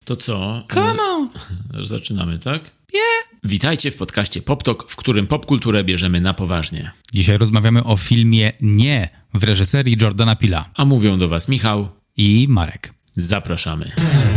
To co? Come on! Zaczynamy, tak? Yeah! Witajcie w podcaście PopTalk, w którym popkulturę bierzemy na poważnie. Dzisiaj rozmawiamy o filmie Nie w reżyserii Jordana Peela. A mówią do was Michał I Marek. Zapraszamy.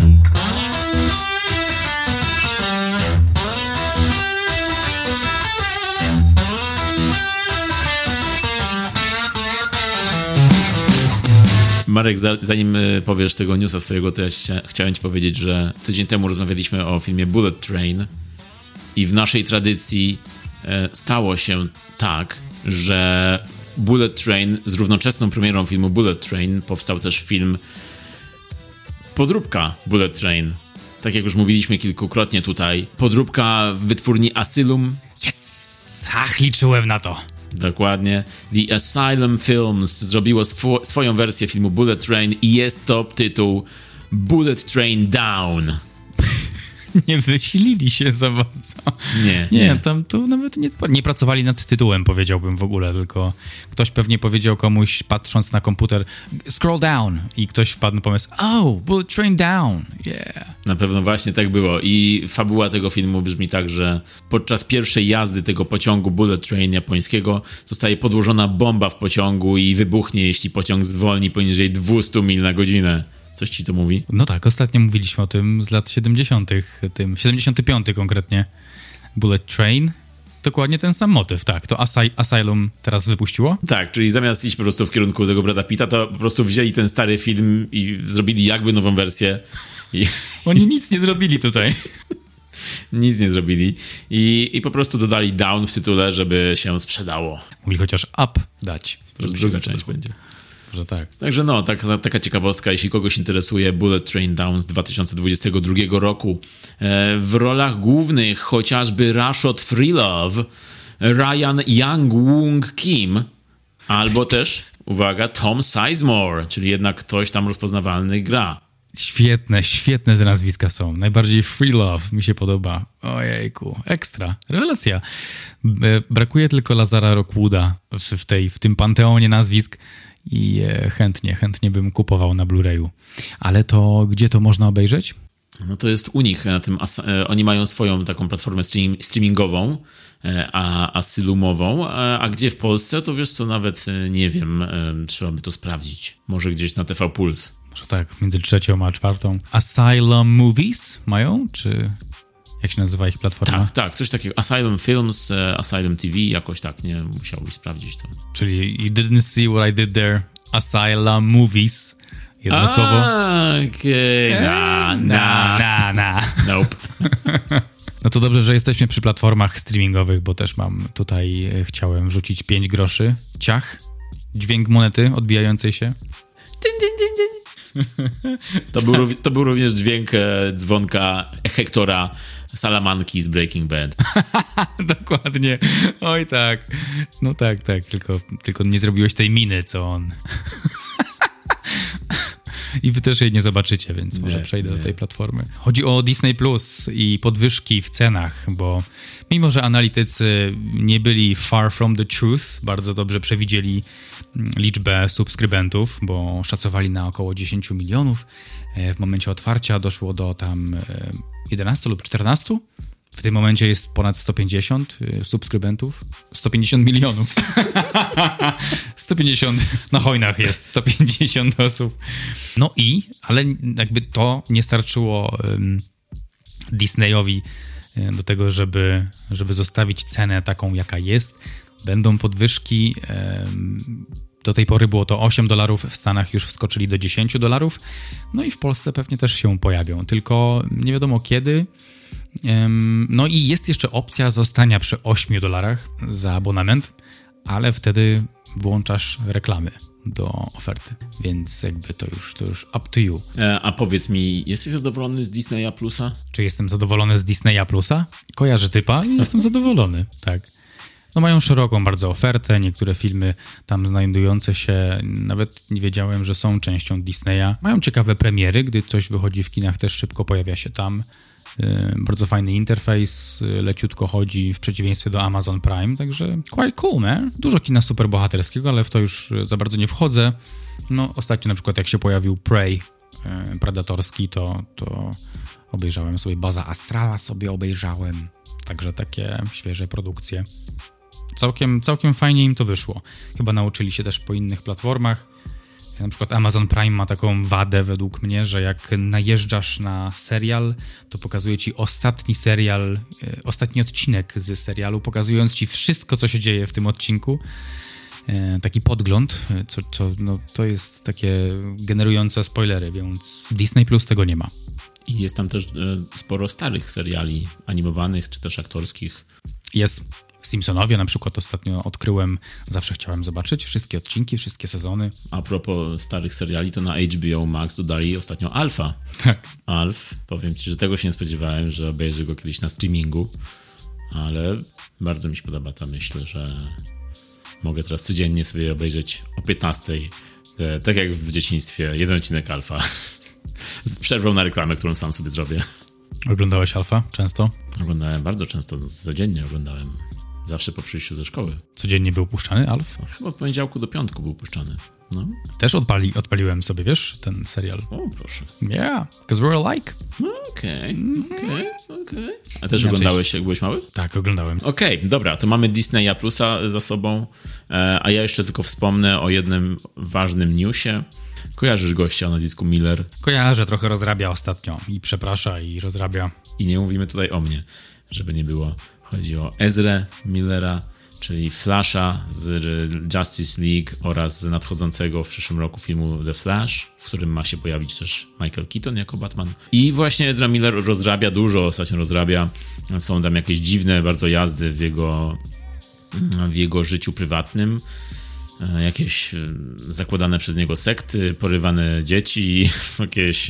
Marek, zanim powiesz tego newsa swojego, to ja chciałem ci powiedzieć, że tydzień temu rozmawialiśmy o filmie Bullet Train i w naszej tradycji stało się tak, że Bullet Train, z równoczesną premierą filmu Bullet Train powstał też film podróbka Bullet Train. Tak jak już mówiliśmy kilkukrotnie tutaj, podróbka w wytwórni Asylum. Yes! Ach, liczyłem na to. Dokładnie. The Asylum Films zrobiło swoją wersję filmu Bullet Train i jest to tytuł Bullet Train Down. Nie wysilili się za bardzo. Nie. Tam tu nawet nie pracowali nad tytułem, powiedziałbym w ogóle, tylko ktoś pewnie powiedział komuś, patrząc na komputer, scroll down i ktoś wpadł na pomysł, oh, Bullet Train Down, yeah. Na pewno właśnie tak było i fabuła tego filmu brzmi tak, że podczas pierwszej jazdy tego pociągu Bullet Train japońskiego zostaje podłożona bomba w pociągu i wybuchnie, jeśli pociąg zwolni poniżej 200 mil na godzinę. Coś ci to mówi? No tak, ostatnio mówiliśmy o tym z lat 70., tym 75 konkretnie, Bullet Train. Dokładnie ten sam motyw, tak. To Asylum teraz wypuściło? Tak, czyli zamiast iść po prostu w kierunku tego Brada Pitta, to po prostu wzięli ten stary film i zrobili jakby nową wersję. Oni nic nie zrobili tutaj. Nic nie zrobili. I po prostu dodali down w tytule, żeby się sprzedało. Mogli chociaż up dać. To druga część będzie. Że tak. Także no, taka ciekawostka, jeśli kogoś interesuje, Bullet Train Down z 2022 roku. W rolach głównych chociażby Rashod Freelove, Ryan Young-Woong Kim, albo też, uwaga, Tom Sizemore, czyli jednak ktoś tam rozpoznawalny gra. Świetne te nazwiska są. Najbardziej Freelove mi się podoba. Ojejku, ekstra. Rewelacja. Brakuje tylko Lazara Rockwooda w tym panteonie nazwisk. I chętnie bym kupował na Blu-rayu. Ale to gdzie to można obejrzeć? No to jest u nich na tym, oni mają swoją taką platformę streamingową, asylumową, a gdzie w Polsce, to wiesz co, nawet nie wiem, trzeba by to sprawdzić. Może gdzieś na TV Puls. Może tak, między 3. a 4. Asylum Movies mają, czy jak się nazywa ich platforma? Tak, coś takiego. Asylum Films, Asylum TV, jakoś tak, nie musiałbyś sprawdzić to. Czyli you didn't see what I did there. Asylum Movies. Jedno słowo. Okej. Nope. No to dobrze, że jesteśmy przy platformach streamingowych, bo też chciałem wrzucić 5 groszy. Ciach. Dźwięk monety odbijającej się. To był również dźwięk dzwonka Hektora Salamanki z Breaking Bad. Dokładnie. Oj tak. No tak. Tylko nie zrobiłeś tej miny, co on. I wy też jej nie zobaczycie, więc może przejdę do tej platformy. Chodzi o Disney Plus i podwyżki w cenach, bo mimo, że analitycy nie byli far from the truth, bardzo dobrze przewidzieli liczbę subskrybentów, bo szacowali na około 10 milionów. W momencie otwarcia doszło do tam 11 lub 14. W tym momencie jest ponad 150 subskrybentów. 150 milionów. 150 na hojnach jest 150 osób. No ale jakby to nie starczyło Disneyowi do tego, żeby zostawić cenę taką, jaka jest. Będą podwyżki. Do tej pory było to $8, w Stanach już wskoczyli do $10. No i w Polsce pewnie też się pojawią, tylko nie wiadomo kiedy. No i jest jeszcze opcja zostania przy $8 za abonament, ale wtedy włączasz reklamy do oferty, więc jakby to już up to you. A powiedz mi, jesteś zadowolony z Disneya Plusa? Czy jestem zadowolony z Disneya Plusa? Kojarzę typa i jestem zadowolony, tak. No mają szeroką bardzo ofertę, niektóre filmy tam znajdujące się, nawet nie wiedziałem, że są częścią Disneya. Mają ciekawe premiery, gdy coś wychodzi w kinach, też szybko pojawia się tam. Bardzo fajny interfejs, leciutko chodzi w przeciwieństwie do Amazon Prime, także quite cool, man. Dużo kina superbohaterskiego, ale w to już za bardzo nie wchodzę. No ostatnio na przykład jak się pojawił Prey predatorski, to obejrzałem sobie Baza Astrala, także takie świeże produkcje. Całkiem fajnie im to wyszło. Chyba nauczyli się też po innych platformach. Na przykład Amazon Prime ma taką wadę według mnie, że jak najeżdżasz na serial, to pokazuje ci ostatni odcinek z serialu, pokazując ci wszystko, co się dzieje w tym odcinku. Taki podgląd, to jest takie generujące spoilery, więc Disney Plus tego nie ma. I jest tam też sporo starych seriali animowanych, czy też aktorskich. Jest. Simpsonowie na przykład ostatnio odkryłem, zawsze chciałem zobaczyć wszystkie odcinki, wszystkie sezony. A propos starych seriali, to na HBO Max dodali ostatnio Alfa. Tak. Alf, powiem ci, że tego się nie spodziewałem, że obejrzę go kiedyś na streamingu, ale bardzo mi się podoba ta myśl, że mogę teraz codziennie sobie obejrzeć o 15:00, tak jak w dzieciństwie, jeden odcinek Alfa. Z przerwą na reklamę, którą sam sobie zrobię. Oglądałeś Alfa często? Oglądałem bardzo często, codziennie oglądałem. Zawsze po przyjściu ze szkoły. Codziennie był puszczany Alf? Chyba od poniedziałku do piątku był puszczany. No. Też odpaliłem sobie, wiesz, ten serial. O, proszę. Yeah, because we're alike. Okej. A też oglądałeś, jak byłeś mały? Tak, oglądałem. Okej, dobra, to mamy Disneya Plusa za sobą, a ja jeszcze tylko wspomnę o jednym ważnym newsie. Kojarzysz gościa o nazwisku Miller? Kojarzę, trochę rozrabia ostatnio i przeprasza i rozrabia. I nie mówimy tutaj o mnie, żeby nie było. Chodzi o Ezrę Millera, czyli Flasha z Justice League oraz z nadchodzącego w przyszłym roku filmu The Flash, w którym ma się pojawić też Michael Keaton jako Batman. I właśnie Ezra Miller rozrabia, dużo ostatnio rozrabia. Są tam jakieś dziwne bardzo jazdy w jego życiu prywatnym. Jakieś zakładane przez niego sekty, porywane dzieci, jakieś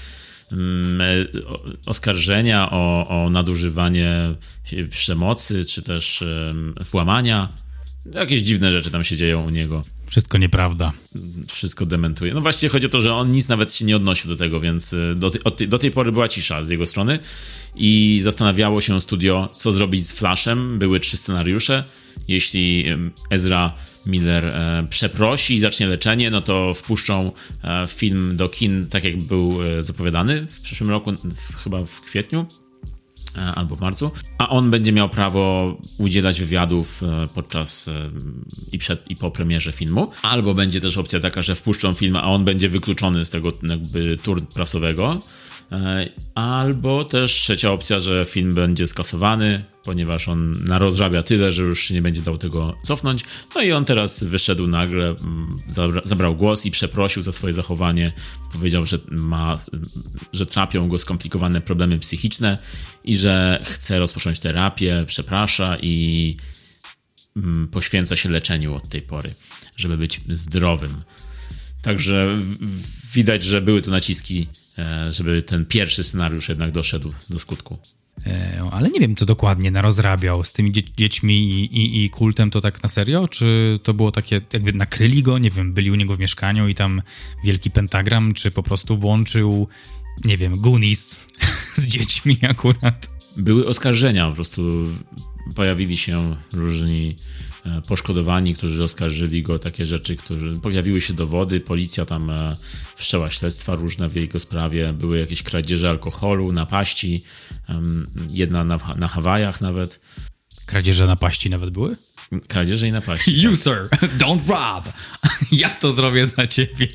oskarżenia o nadużywanie przemocy, czy też włamania. Jakieś dziwne rzeczy tam się dzieją u niego. Wszystko nieprawda. Wszystko dementuje. No właściwie chodzi o to, że on nic nawet się nie odnosił do tego, więc do tej pory była cisza z jego strony i zastanawiało się studio, co zrobić z Flashem. Były 3 scenariusze. Jeśli Ezra Miller przeprosi i zacznie leczenie, no to wpuszczą film do kin, tak jak był zapowiadany w przyszłym roku, chyba w kwietniu albo w marcu, a on będzie miał prawo udzielać wywiadów podczas i po premierze filmu. Albo będzie też opcja taka, że wpuszczą film, a on będzie wykluczony z tego jakby tour prasowego. Albo też trzecia opcja, że film będzie skasowany, ponieważ on narozrabia tyle, że już nie będzie dał tego cofnąć. No i on teraz wyszedł nagle, zabrał głos i przeprosił za swoje zachowanie. Powiedział, że trapią go skomplikowane problemy psychiczne i że chce rozpocząć terapię, przeprasza i poświęca się leczeniu od tej pory, żeby być zdrowym. Także widać, że były tu naciski, żeby ten pierwszy scenariusz jednak doszedł do skutku. Ale nie wiem, co dokładnie narozrabiał z tymi dziećmi i kultem, to tak na serio? Czy to było takie, jakby nakryli go, nie wiem, byli u niego w mieszkaniu i tam wielki pentagram, czy po prostu włączył, nie wiem, Goonies z dziećmi akurat? Były oskarżenia, po prostu pojawili się różni poszkodowani, którzy oskarżyli go, takie rzeczy, pojawiły się dowody, policja tam wszczęła śledztwa różne w jego sprawie, były jakieś kradzieże alkoholu, napaści, jedna na Hawajach nawet. Kradzieże napaści nawet były? Kradzieże i napaści. You sir, don't rob! Ja to zrobię za ciebie.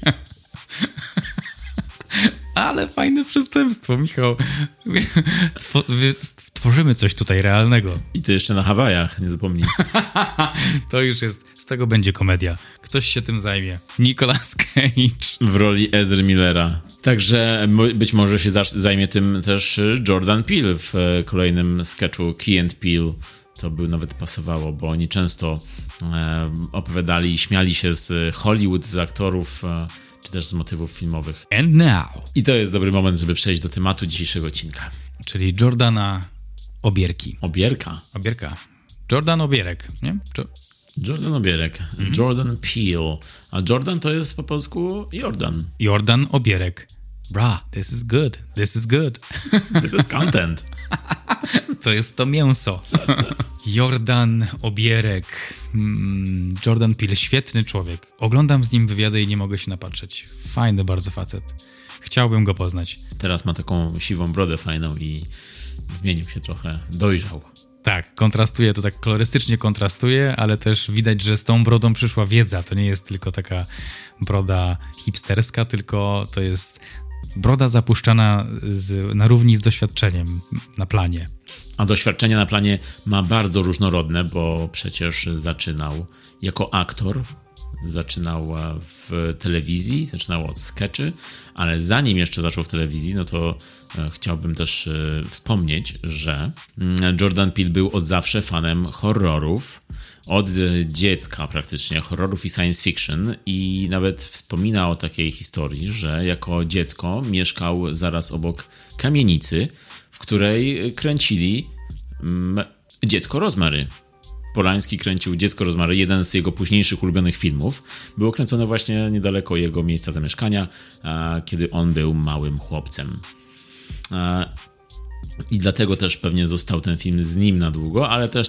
Ale fajne przestępstwo, Michał. Tworzymy coś tutaj realnego. I to jeszcze na Hawajach, nie zapomnij. To już jest, z tego będzie komedia. Ktoś się tym zajmie. Nicolas Cage. W roli Ezry Millera. Także być może się zajmie tym też Jordan Peele w kolejnym sketchu Key and Peele. To by nawet pasowało, bo oni często opowiadali i śmiali się z Hollywood, z aktorów, czy też z motywów filmowych. And now. I to jest dobry moment, żeby przejść do tematu dzisiejszego odcinka. Czyli Jordana Obierki. Obierka. Jordan Obierek, nie? Jordan Obierek. Jordan Peele. A Jordan to jest po polsku Jordan. Jordan Obierek. Bra, this is good. This is content. To jest to mięso. Jordan Obierek. Jordan Peele, świetny człowiek. Oglądam z nim wywiady i nie mogę się napatrzeć. Fajny bardzo facet. Chciałbym go poznać. Teraz ma taką siwą brodę fajną i zmienił się trochę, dojrzał. Tak, kontrastuje, to tak kolorystycznie kontrastuje, ale też widać, że z tą brodą przyszła wiedza. To nie jest tylko taka broda hipsterska, tylko to jest broda zapuszczana na równi z doświadczeniem na planie. A doświadczenia na planie ma bardzo różnorodne, bo przecież zaczynał jako aktor, zaczynał w telewizji, zaczynał od sketchy, ale zanim jeszcze zaczął w telewizji, no to chciałbym też wspomnieć, że Jordan Peele był od zawsze fanem horrorów, od dziecka praktycznie, horrorów i science fiction i nawet wspomina o takiej historii, że jako dziecko mieszkał zaraz obok kamienicy, w której kręcili Dziecko Rosemary. Polański kręcił Dziecko Rosemary, jeden z jego późniejszych ulubionych filmów. Było kręcone właśnie niedaleko jego miejsca zamieszkania, kiedy on był małym chłopcem. I dlatego też pewnie został ten film z nim na długo,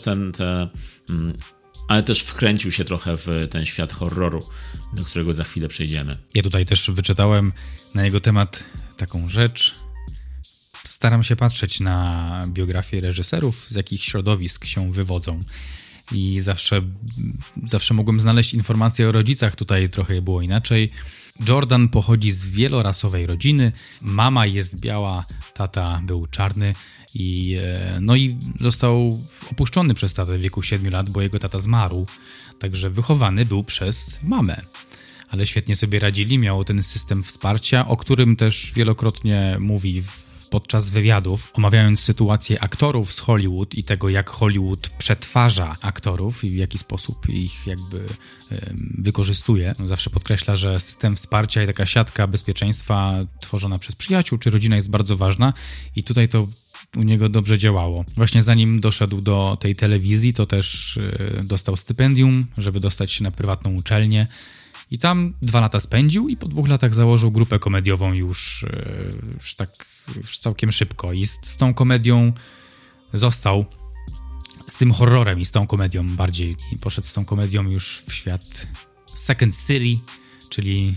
ale też wkręcił się trochę w ten świat horroru, do którego za chwilę przejdziemy. Ja tutaj też wyczytałem na jego temat taką rzecz. Staram się patrzeć na biografię reżyserów, z jakich środowisk się wywodzą. I zawsze mogłem znaleźć informacje o rodzicach, tutaj trochę było inaczej. Jordan pochodzi z wielorasowej rodziny, mama jest biała, tata był czarny i został opuszczony przez tatę w wieku 7 lat, bo jego tata zmarł, także wychowany był przez mamę. Ale świetnie sobie radzili, miał ten system wsparcia, o którym też wielokrotnie mówi podczas wywiadów, omawiając sytuację aktorów z Hollywood i tego, jak Hollywood przetwarza aktorów i w jaki sposób ich jakby wykorzystuje. Zawsze podkreśla, że system wsparcia i taka siatka bezpieczeństwa tworzona przez przyjaciół czy rodzinę jest bardzo ważna i tutaj to u niego dobrze działało. Właśnie zanim doszedł do tej telewizji, to też dostał stypendium, żeby dostać się na prywatną uczelnię. I tam 2 lata spędził i po 2 latach założył grupę komediową już całkiem szybko. I z tą komedią został, z tym horrorem i z tą komedią bardziej. I poszedł z tą komedią już w świat Second City, czyli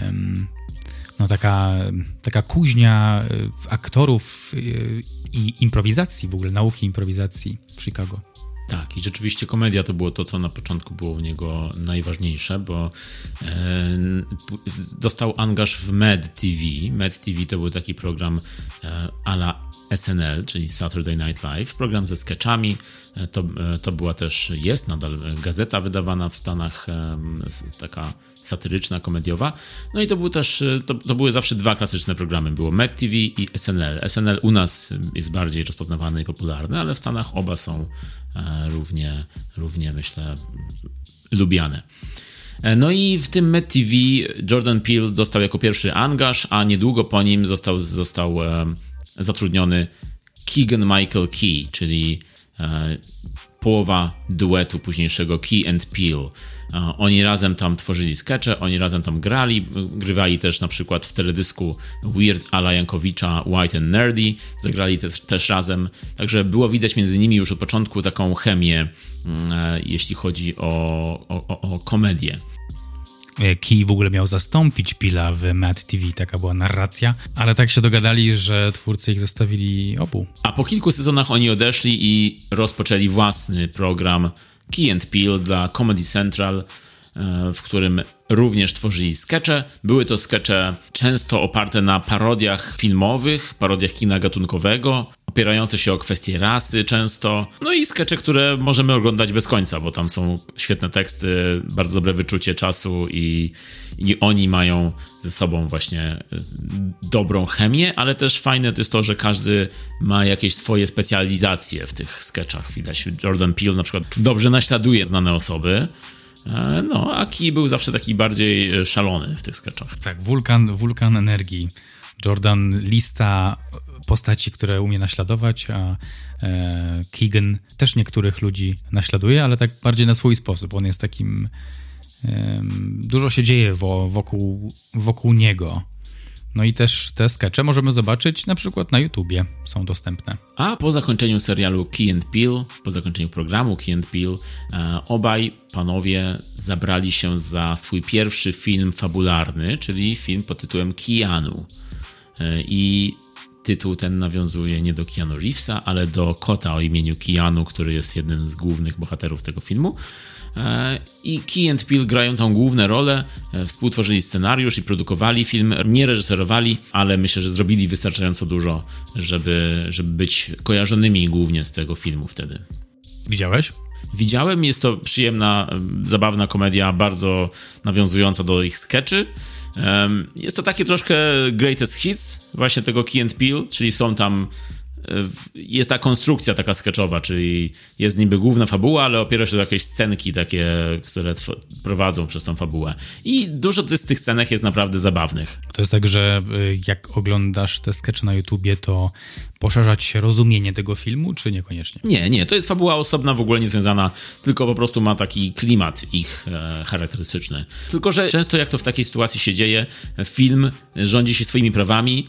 taka kuźnia aktorów i improwizacji, w ogóle nauki improwizacji w Chicago. Tak, i rzeczywiście komedia to było to, co na początku było u niego najważniejsze, bo dostał angaż w Mad TV. Mad TV to był taki program a la SNL, czyli Saturday Night Live, program ze sketchami. To była też, jest nadal gazeta wydawana w Stanach, taka satyryczna, komediowa. No i to był też, to były zawsze 2 klasyczne programy. Było Mad TV i SNL. SNL u nas jest bardziej rozpoznawany i popularny, ale w Stanach oba są równie myślę, lubiane. No i w tym Mad TV Jordan Peele dostał jako pierwszy angaż, a niedługo po nim został zatrudniony Keegan-Michael Key, czyli połowa duetu późniejszego Key and Peele. Oni razem tam tworzyli skecze, oni razem tam grywali też na przykład w teledysku Weird Ala Jankowicza White and Nerdy, zagrali też razem, także było widać między nimi już od początku taką chemię, jeśli chodzi o komedię. Key w ogóle miał zastąpić Peela w Mad TV, taka była narracja, ale tak się dogadali, że twórcy ich zostawili obu. A po kilku sezonach oni odeszli i rozpoczęli własny program Key and Peele dla Comedy Central, w którym również tworzyli skecze. Były to skecze często oparte na parodiach filmowych, parodiach kina gatunkowego, opierające się o kwestie rasy często. No i skecze, które możemy oglądać bez końca, bo tam są świetne teksty, bardzo dobre wyczucie czasu i oni mają ze sobą właśnie dobrą chemię, ale też fajne to jest to, że każdy ma jakieś swoje specjalizacje w tych skeczach. Widać, Jordan Peele na przykład dobrze naśladuje znane osoby, no, a Key był zawsze taki bardziej szalony w tych skeczach. Tak, wulkan energii. Jordan lista postaci, które umie naśladować, a Keegan też niektórych ludzi naśladuje, ale tak bardziej na swój sposób. On jest takim... dużo się dzieje wokół niego. No i też te skecze możemy zobaczyć na przykład na YouTubie, są dostępne. A po zakończeniu serialu Key and Peele, po zakończeniu programu Key and Peele, obaj panowie zabrali się za swój pierwszy film fabularny, czyli film pod tytułem Keanu. i tytuł ten nawiązuje nie do Keanu Reevesa, ale do kota o imieniu Keanu, który jest jednym z głównych bohaterów tego filmu. I Key and Peele grają tą główną rolę, współtworzyli scenariusz i produkowali film, nie reżyserowali, ale myślę, że zrobili wystarczająco dużo, żeby być kojarzonymi głównie z tego filmu wtedy. Widziałeś? Widziałem, jest to przyjemna, zabawna komedia, bardzo nawiązująca do ich sketchy. Jest to takie troszkę greatest hits właśnie tego Key and Peele, czyli są tam, jest ta konstrukcja taka sketchowa, czyli jest niby główna fabuła, ale opiera się o jakieś scenki takie, które prowadzą przez tą fabułę. I dużo z tych scenek jest naprawdę zabawnych. To jest tak, że jak oglądasz te skecze na YouTubie, to poszerzać się rozumienie tego filmu, czy niekoniecznie? Nie, to jest fabuła osobna, w ogóle nie związana, tylko po prostu ma taki klimat ich charakterystyczny. Tylko że często jak to w takiej sytuacji się dzieje, film rządzi się swoimi prawami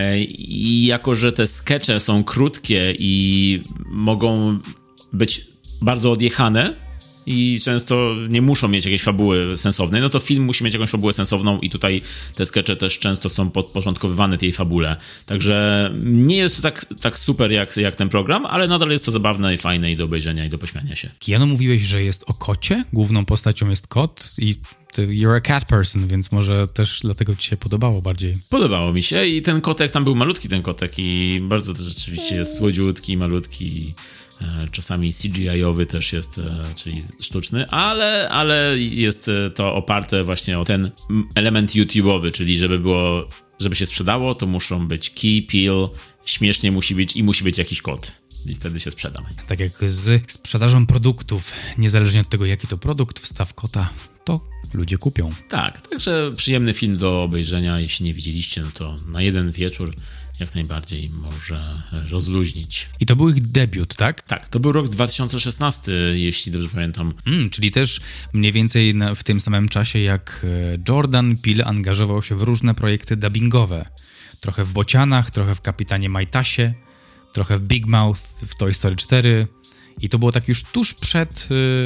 i jako, że te skecze są krótkie i mogą być bardzo odjechane i często nie muszą mieć jakiejś fabuły sensownej, no to film musi mieć jakąś fabułę sensowną i tutaj te skecze też często są podporządkowywane tej fabule. Także nie jest to tak super jak ten program, ale nadal jest to zabawne i fajne i do obejrzenia i do pośmiania się. Keanu, mówiłeś, że jest o kocie? Główną postacią jest kot i you're a cat person, więc może też dlatego ci się podobało bardziej. Podobało mi się i ten kotek, tam był malutki ten kotek i bardzo to rzeczywiście jest słodziutki, malutki. Czasami CGI-owy też jest, czyli sztuczny, ale jest to oparte właśnie o ten element YouTube'owy, czyli żeby się sprzedało, to muszą być Key, Peele, śmiesznie musi być i musi być jakiś kot. I wtedy się sprzedamy. Tak jak z sprzedażą produktów, niezależnie od tego, jaki to produkt, wstaw kota, to ludzie kupią. Tak, także przyjemny film do obejrzenia. Jeśli nie widzieliście, no to na jeden wieczór jak najbardziej może rozluźnić. I to był ich debiut, tak? Tak, to był rok 2016, jeśli dobrze pamiętam. Czyli też mniej więcej w tym samym czasie, jak Jordan Peele angażował się w różne projekty dubbingowe. Trochę w Bocianach, trochę w Kapitanie Majtasie, trochę w Big Mouth, w Toy Story 4 i to było tak już tuż przed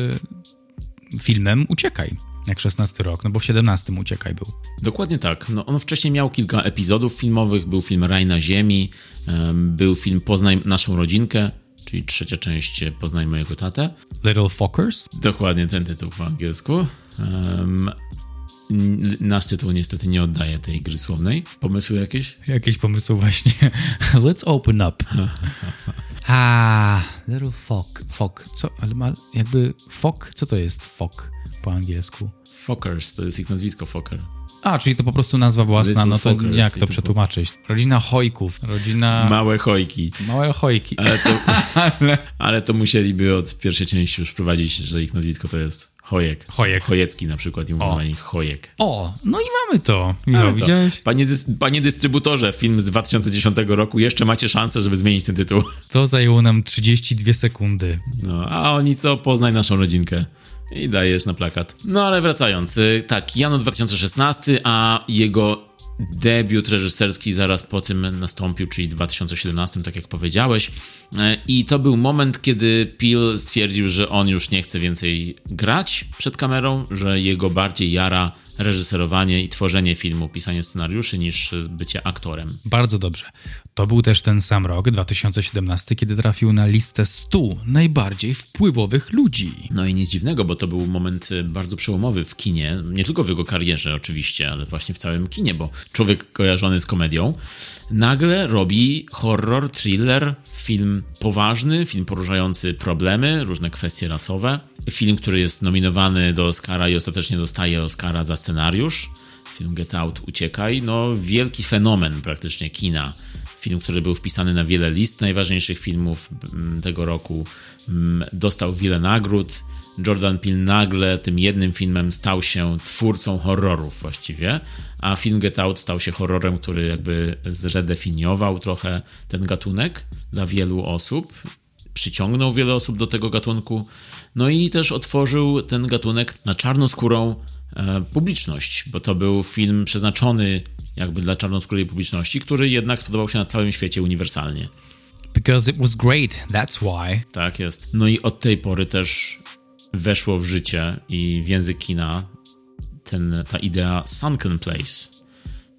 filmem Uciekaj, jak 16 rok, no bo w 17 Uciekaj był. Dokładnie tak. No, on wcześniej miał kilka epizodów filmowych, był film Raj na ziemi, był film Poznaj naszą rodzinkę, czyli trzecia część Poznaj mojego tatę. Little Fockers? Dokładnie ten tytuł po angielsku. Nasz tytuł niestety nie oddaje tej gry słownej. Pomysły jakieś? Jakieś pomysły właśnie. Let's open up. Little Fock. Co? Ale jakby Fock? Co to jest Fock po angielsku? Fockers, to jest ich nazwisko, Focker. Czyli to po prostu nazwa własna, Little no to Fockers, jak to przetłumaczyć? Rodzina Chojków, rodzina... Małe chojki. Małe chojki. Ale to musieliby od pierwszej części już wprowadzić, że ich nazwisko to jest Chojek. Chojecki na przykład i mówią na nich Chojek. No i mamy to. Michał, widziałeś? Panie dystrybutorze, film z 2010 roku, jeszcze macie szansę, żeby zmienić ten tytuł. To zajęło nam 32 sekundy. No, a oni co? Poznaj naszą rodzinkę. I dajesz na plakat. No ale wracając, tak, Jano 2016, a jego debiut reżyserski zaraz po tym nastąpił, czyli w 2017, tak jak powiedziałeś. I to był moment, kiedy Peele stwierdził, że on już nie chce więcej grać przed kamerą, że jego bardziej jara reżyserowanie i tworzenie filmu, pisanie scenariuszy niż bycie aktorem. Bardzo dobrze. To był też ten sam rok, 2017, kiedy trafił na listę 100 najbardziej wpływowych ludzi. No i nic dziwnego, bo to był moment bardzo przełomowy w kinie, nie tylko w jego karierze oczywiście, ale właśnie w całym kinie, bo człowiek kojarzony z komedią nagle robi horror, thriller, film poważny, film poruszający problemy, różne kwestie rasowe. Film, który jest nominowany do Oscara i ostatecznie dostaje Oscara za scenariusz. Film Get Out, Uciekaj. No wielki fenomen praktycznie kina. Film, który był wpisany na wiele list najważniejszych filmów tego roku. Dostał wiele nagród. Jordan Peele nagle tym jednym filmem stał się twórcą horrorów właściwie, a film Get Out stał się horrorem, który jakby zredefiniował trochę ten gatunek dla wielu osób, przyciągnął wiele osób do tego gatunku, no i też otworzył ten gatunek na czarnoskórą publiczność, bo to był film przeznaczony jakby dla czarnoskórej publiczności, który jednak spodobał się na całym świecie uniwersalnie. Because it was great, that's why. Tak jest. No i od tej pory też weszło w życie i w język kina ta idea sunken place,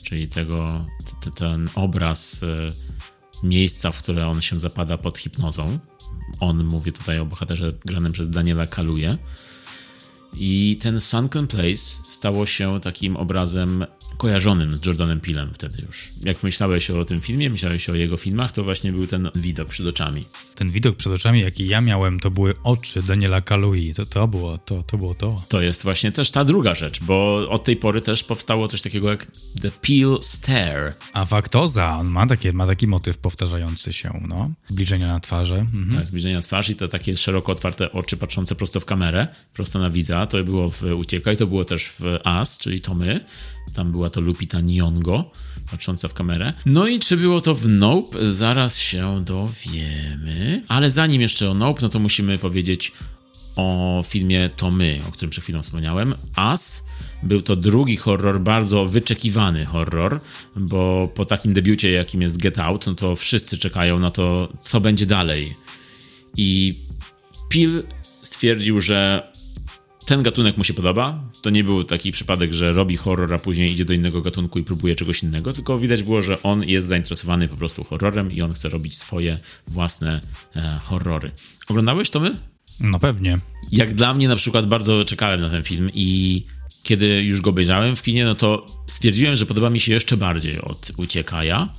czyli ten obraz miejsca, w które on się zapada pod hipnozą. On, mówię tutaj o bohaterze granym przez Daniela Kaluuya. I ten Sunken Place stało się takim obrazem kojarzonym z Jordanem Peelem wtedy już. Jak myślałeś o tym filmie, myślałeś o jego filmach, to właśnie był ten widok przed oczami. Ten widok przed oczami, jaki ja miałem, to były oczy Daniela Kaluuyi. To było to. To jest właśnie też ta druga rzecz, bo od tej pory też powstało coś takiego jak The Peel Stare. A faktoza, on ma taki motyw powtarzający się, no. Zbliżenia na twarzy. Tak, zbliżenia twarzy i te takie szeroko otwarte oczy patrzące prosto w kamerę, prosto na widza. To było w Uciekaj, to było też w Us, czyli To My. Tam była to Lupita Nyong'o, patrząca w kamerę. No i czy było to w Nope? Zaraz się dowiemy. Ale zanim jeszcze o Nope, no to musimy powiedzieć o filmie To My, o którym przed chwilą wspomniałem. Us. Był to drugi horror, bardzo wyczekiwany horror, bo po takim debiucie, jakim jest Get Out, no to wszyscy czekają na to, co będzie dalej. I Peele stwierdził, że ten gatunek mu się podoba. To nie był taki przypadek, że robi horror, a później idzie do innego gatunku i próbuje czegoś innego, tylko widać było, że on jest zainteresowany po prostu horrorem i on chce robić swoje własne horrory. Oglądałeś to my? No pewnie. Jak dla mnie na przykład bardzo czekałem na ten film i kiedy już go obejrzałem w kinie, no to stwierdziłem, że podoba mi się jeszcze bardziej od Uciekaja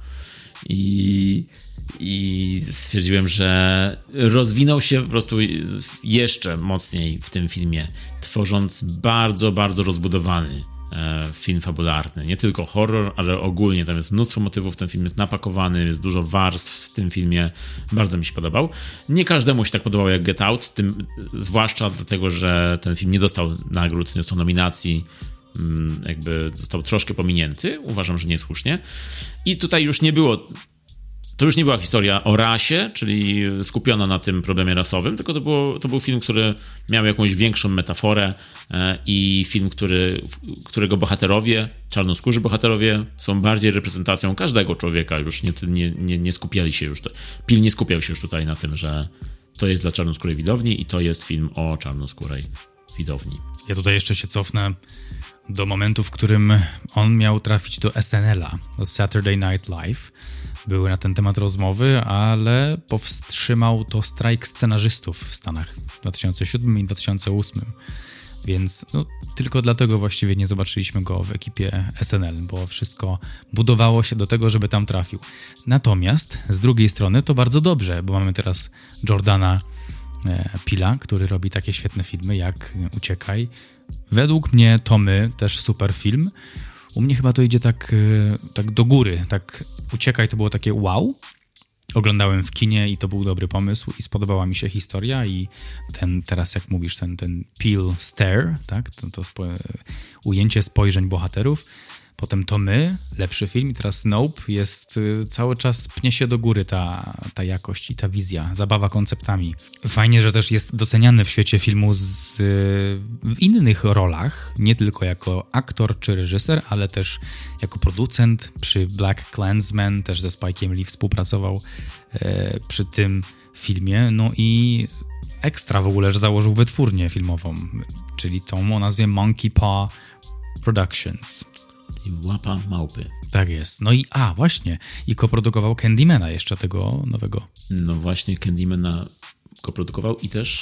i stwierdziłem, że rozwinął się po prostu jeszcze mocniej w tym filmie, tworząc bardzo, bardzo rozbudowany film fabularny. Nie tylko horror, ale ogólnie tam jest mnóstwo motywów, ten film jest napakowany, jest dużo warstw w tym filmie. Bardzo mi się podobał. Nie każdemu się tak podobał jak Get Out, zwłaszcza dlatego, że ten film nie dostał nagród, nie dostał nominacji, jakby został troszkę pominięty. Uważam, że niesłusznie. I tutaj już nie było... To już nie była historia o rasie, czyli skupiona na tym problemie rasowym, tylko to był film, który miał jakąś większą metaforę i film, którego bohaterowie, czarnoskórzy bohaterowie są bardziej reprezentacją każdego człowieka. Już nie skupiali się już... Peele nie skupiał się już tutaj na tym, że to jest dla czarnoskórej widowni i to jest film o czarnoskórej widowni. Ja tutaj jeszcze się cofnę do momentu, w którym on miał trafić do SNL-a, do Saturday Night Live. Były na ten temat rozmowy, ale powstrzymał to strajk scenarzystów w Stanach w 2007 i 2008. Więc tylko dlatego właściwie nie zobaczyliśmy go w ekipie SNL, bo wszystko budowało się do tego, żeby tam trafił. Natomiast z drugiej strony to bardzo dobrze, bo mamy teraz Jordana Peela, który robi takie świetne filmy jak Uciekaj. Według mnie To My, też super film. U mnie chyba to idzie tak do góry, tak Uciekaj to było takie wow. Oglądałem w kinie i to był dobry pomysł i spodobała mi się historia i teraz jak mówisz, ten Peel Stare, tak? To ujęcie spojrzeń bohaterów. Potem To My, lepszy film i teraz Nope jest cały czas pnie się do góry ta jakość i ta wizja, zabawa konceptami. Fajnie, że też jest doceniany w świecie filmu w innych rolach, nie tylko jako aktor czy reżyser, ale też jako producent. Przy Black Klansman też ze Spike'iem Lee współpracował przy tym filmie. No i ekstra w ogóle, że założył wytwórnię filmową, czyli tą o nazwie Monkey Paw Productions. I łapa małpy. Tak jest. No i właśnie. I koprodukował Candymana jeszcze tego nowego. No właśnie, Candymana koprodukował i też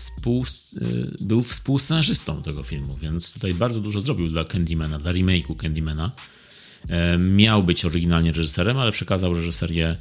był współscenarzystą tego filmu, więc tutaj bardzo dużo zrobił dla Candymana, dla remake'u Candymana. Miał być oryginalnie reżyserem, ale przekazał reżyserię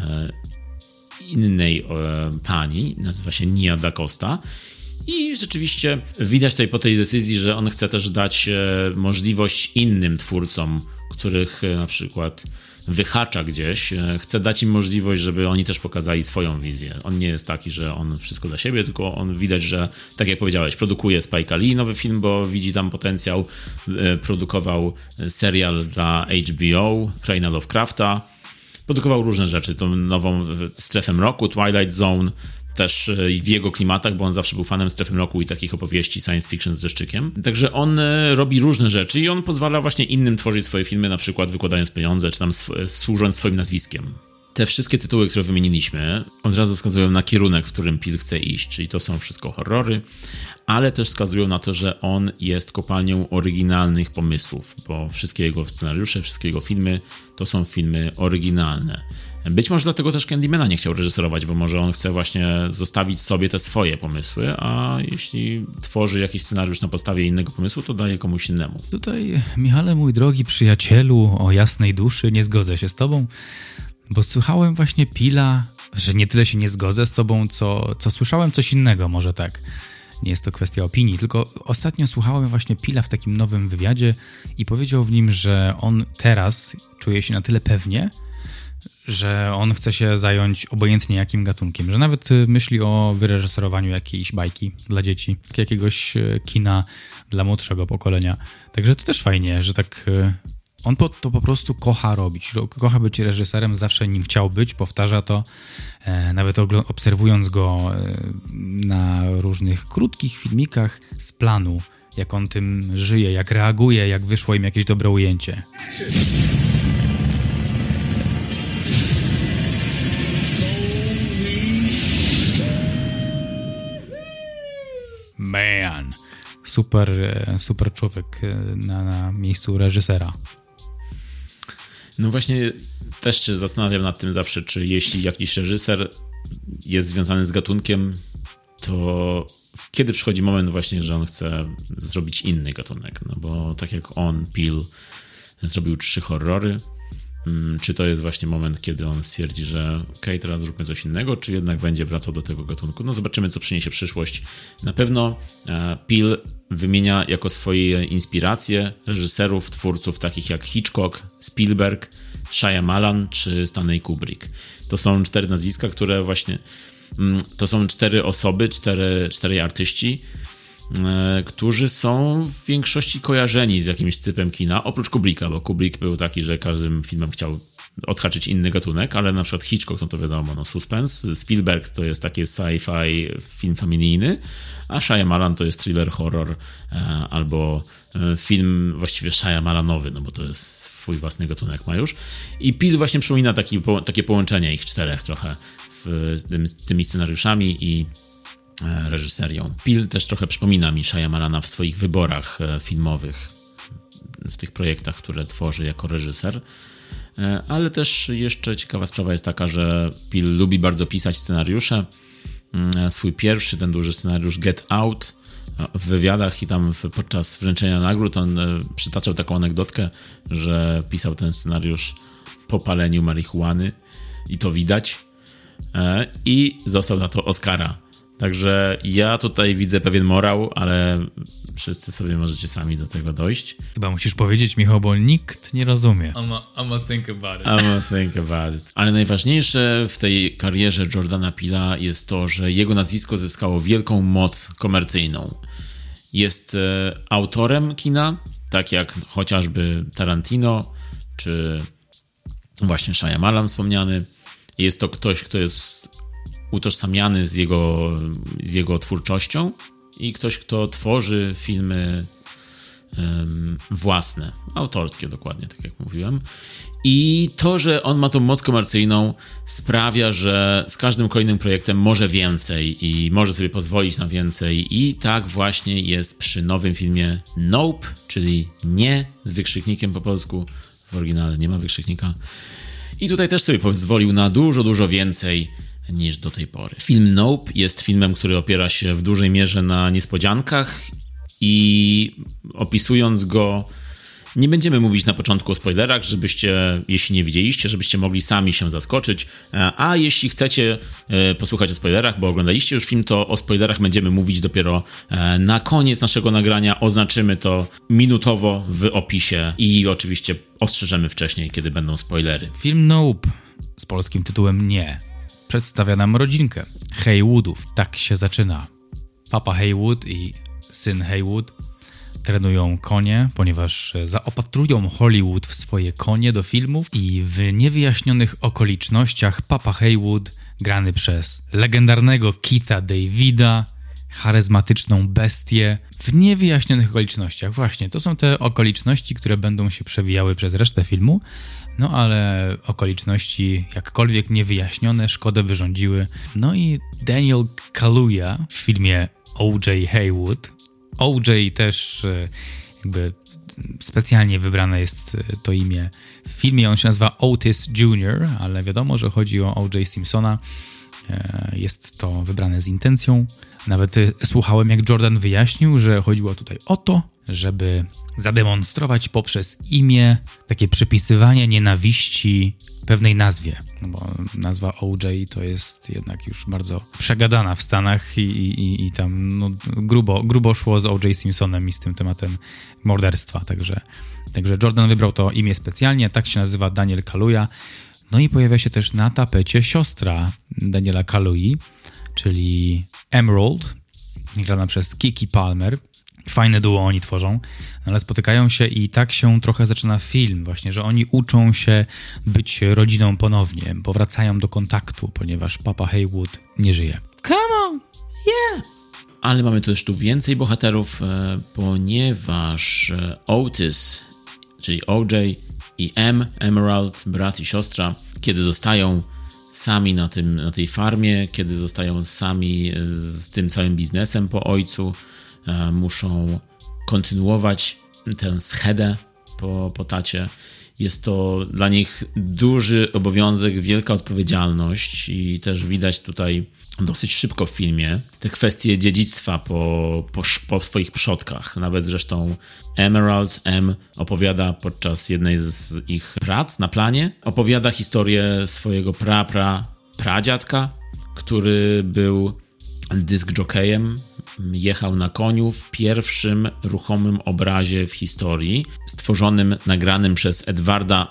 innej pani, nazywa się Nia Da Costa. I rzeczywiście widać tutaj po tej decyzji, że on chce też dać możliwość innym twórcom, których na przykład wyhacza gdzieś, chce dać im możliwość, żeby oni też pokazali swoją wizję. On nie jest taki, że on wszystko dla siebie, tylko on widać, że tak jak powiedziałeś, produkuje Spike'a Lee nowy film, bo widzi tam potencjał, produkował serial dla HBO, Kraina Lovecrafta, produkował różne rzeczy, tą nową Strefę Mroku, Twilight Zone, też w jego klimatach, bo on zawsze był fanem Strefy Mroku i takich opowieści science fiction ze szczykiem. Także on robi różne rzeczy i on pozwala właśnie innym tworzyć swoje filmy, na przykład wykładając pieniądze, czy tam służąc swoim nazwiskiem. te wszystkie tytuły, które wymieniliśmy, od razu wskazują na kierunek, w którym Peele chce iść, czyli to są wszystko horrory, ale też wskazują na to, że on jest kopalnią oryginalnych pomysłów, bo wszystkie jego scenariusze, wszystkie jego filmy to są filmy oryginalne. Być może dlatego też Candymana nie chciał reżyserować, bo może on chce właśnie zostawić sobie te swoje pomysły, a jeśli tworzy jakiś scenariusz na podstawie innego pomysłu, to daje komuś innemu. Tutaj, Michale, mój drogi przyjacielu o jasnej duszy, nie zgodzę się z tobą, bo słuchałem właśnie Peela, że nie tyle się nie zgodzę z tobą, co słyszałem coś innego, może tak. Nie jest to kwestia opinii, tylko ostatnio słuchałem właśnie Peela w takim nowym wywiadzie i powiedział w nim, że on teraz czuje się na tyle pewnie, że on chce się zająć obojętnie jakim gatunkiem, że nawet myśli o wyreżyserowaniu jakiejś bajki dla dzieci, jakiegoś kina dla młodszego pokolenia. Także to też fajnie, że tak on to po prostu kocha robić, kocha być reżyserem, zawsze nim chciał być, powtarza to, nawet obserwując go na różnych krótkich filmikach z planu, jak on tym żyje, jak reaguje, jak wyszło im jakieś dobre ujęcie. Man, super człowiek na miejscu reżysera. No właśnie też się zastanawiam nad tym zawsze, czy jeśli jakiś reżyser jest związany z gatunkiem, to kiedy przychodzi moment właśnie, że on chce zrobić inny gatunek, no bo tak jak Peele zrobił 3 horrory, czy to jest właśnie moment, kiedy on stwierdzi, że okej, teraz zróbmy coś innego, czy jednak będzie wracał do tego gatunku. No zobaczymy, co przyniesie przyszłość. Na pewno Peele wymienia jako swoje inspiracje reżyserów, twórców takich jak Hitchcock, Spielberg, Shyamalan czy Stanley Kubrick. To są 4 nazwiska, które właśnie... To są 4 osoby, 4 artyści, którzy są w większości kojarzeni z jakimś typem kina, oprócz Kubricka, bo Kubrick był taki, że każdym filmem chciał odhaczyć inny gatunek, ale na przykład Hitchcock, no to wiadomo, suspense, Spielberg to jest taki sci-fi, film familijny, a Shyamalan to jest thriller, horror albo film właściwie Shyamalanowy, no bo to jest swój własny gatunek ma już. I Peele właśnie przypomina takie połączenie ich 4 trochę z tymi scenariuszami i reżyserią. Peele też trochę przypomina mi Shyamalana w swoich wyborach filmowych, w tych projektach, które tworzy jako reżyser. Ale też jeszcze ciekawa sprawa jest taka, że Peele lubi bardzo pisać scenariusze. Swój pierwszy, ten duży scenariusz Get Out, w wywiadach i tam podczas wręczenia nagród on przytaczał taką anegdotkę, że pisał ten scenariusz po paleniu marihuany i to widać i został na to Oscara. Także ja tutaj widzę pewien morał, ale wszyscy sobie możecie sami do tego dojść. Chyba musisz powiedzieć, Michał, bo nikt nie rozumie. I'm think about it. I'm think about it. Ale najważniejsze w tej karierze Jordana Peela jest to, że jego nazwisko zyskało wielką moc komercyjną. Jest autorem kina, tak jak chociażby Tarantino, czy właśnie Shyamalan wspomniany. Jest to ktoś, kto jest utożsamiany z jego twórczością i ktoś, kto tworzy filmy własne, autorskie dokładnie, tak jak mówiłem. I to, że on ma tą moc komercyjną, sprawia, że z każdym kolejnym projektem może więcej i może sobie pozwolić na więcej. I tak właśnie jest przy nowym filmie Nope, czyli nie z wykrzyknikiem po polsku. W oryginale nie ma wykrzyknika. I tutaj też sobie pozwolił na dużo więcej niż do tej pory. Film Nope jest filmem, który opiera się w dużej mierze na niespodziankach i opisując go, nie będziemy mówić na początku o spoilerach, żebyście, jeśli nie widzieliście, żebyście mogli sami się zaskoczyć, a jeśli chcecie posłuchać o spoilerach, bo oglądaliście już film, to o spoilerach będziemy mówić dopiero na koniec naszego nagrania, oznaczymy to minutowo w opisie i oczywiście ostrzeżemy wcześniej, kiedy będą spoilery. Film Nope z polskim tytułem Nie przedstawia nam rodzinkę Haywoodów. Tak się zaczyna. Papa Haywood i syn Haywood trenują konie, ponieważ zaopatrują Hollywood w swoje konie do filmów i w niewyjaśnionych okolicznościach papa Haywood, grany przez legendarnego Keitha Davida, charyzmatyczną bestię, w niewyjaśnionych okolicznościach. Właśnie, to są te okoliczności, które będą się przewijały przez resztę filmu. No ale okoliczności jakkolwiek niewyjaśnione szkodę wyrządziły. No i Daniel Kaluuya w filmie O.J. Haywood. O.J. też jakby specjalnie wybrane jest to imię. W filmie on się nazywa Otis Jr., ale wiadomo, że chodzi o O.J. Simpsona. Jest to wybrane z intencją. Nawet słuchałem, jak Jordan wyjaśnił, że chodziło tutaj o to, żeby zademonstrować poprzez imię takie przypisywanie nienawiści pewnej nazwie. No bo nazwa O.J. to jest jednak już bardzo przegadana w Stanach i tam no, grubo szło z O.J. Simpsonem i z tym tematem morderstwa. Także Jordan wybrał to imię specjalnie, tak się nazywa Daniel Kaluuya. No i pojawia się też na tapecie siostra Daniela Kaluuyi, czyli Emerald, grana przez Keke Palmer. Fajne duo oni tworzą, ale spotykają się i tak się trochę zaczyna film właśnie, że oni uczą się być rodziną ponownie, powracają do kontaktu, ponieważ papa Haywood nie żyje. Come on, yeah! Ale mamy też tu więcej bohaterów, ponieważ Otis, czyli O.J. i Emerald, brat i siostra, kiedy zostają sami na tej farmie, kiedy zostają sami z tym całym biznesem po ojcu, muszą kontynuować tę schedę po tacie. Jest to dla nich duży obowiązek, wielka odpowiedzialność i też widać tutaj dosyć szybko w filmie te kwestie dziedzictwa po swoich przodkach. Nawet zresztą Emerald opowiada podczas jednej z ich prac na planie, opowiada historię swojego pradziadka, który był disc jockeyem, jechał na koniu w pierwszym ruchomym obrazie w historii, nagranym przez Edwarda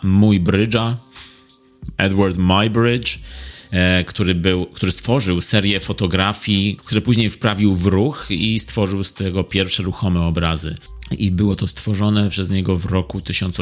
Edward Muybridge, który stworzył serię fotografii, które później wprawił w ruch i stworzył z tego pierwsze ruchome obrazy. I było to stworzone przez niego w roku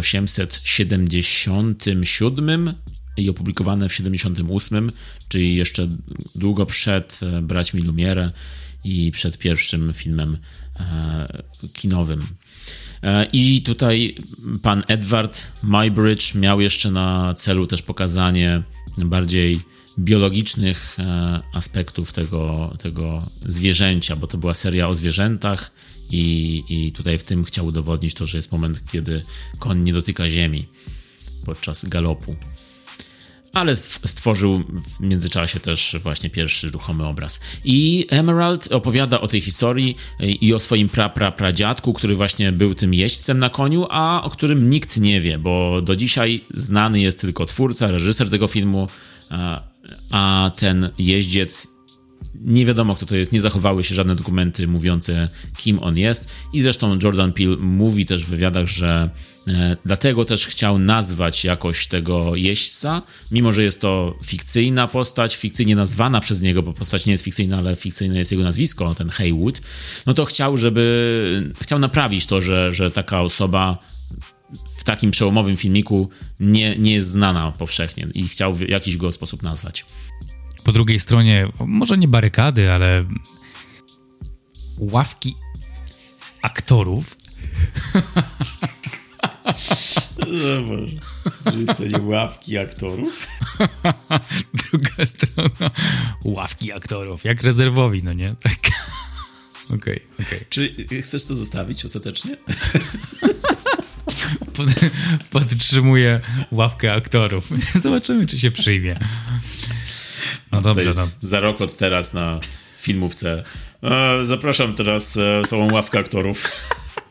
1877 i opublikowane w 78, czyli jeszcze długo przed Braćmi Lumière i przed pierwszym filmem kinowym. I tutaj pan Edward Muybridge miał jeszcze na celu też pokazanie bardziej biologicznych aspektów tego zwierzęcia, bo to była seria o zwierzętach i tutaj w tym chciał udowodnić to, że jest moment, kiedy koń nie dotyka ziemi podczas galopu. Ale stworzył w międzyczasie też właśnie pierwszy ruchomy obraz. I Emerald opowiada o tej historii i o swoim pradziadku, który właśnie był tym jeźdźcem na koniu, a o którym nikt nie wie, bo do dzisiaj znany jest tylko twórca, reżyser tego filmu, a ten jeździec, nie wiadomo kto to jest, nie zachowały się żadne dokumenty mówiące kim on jest i zresztą Jordan Peele mówi też w wywiadach, że dlatego też chciał nazwać jakoś tego jeźdźca, mimo że jest to fikcyjna postać, fikcyjnie nazwana przez niego, bo postać nie jest fikcyjna, ale fikcyjne jest jego nazwisko, ten Haywood, no to chciał naprawić to, że taka osoba w takim przełomowym filmiku nie jest znana powszechnie i chciał w jakiś go sposób nazwać. Po drugiej stronie, może nie barykady, ale ławki aktorów. Jest to nie ławki aktorów? Druga strona, ławki aktorów, jak rezerwowi, no nie? Tak. Okej. Czy chcesz to zostawić ostatecznie? Podtrzymuję ławkę aktorów. Zobaczymy, czy się przyjmie. No dobrze, no. Za rok od teraz na filmówce. Zapraszam teraz całą ławkę aktorów.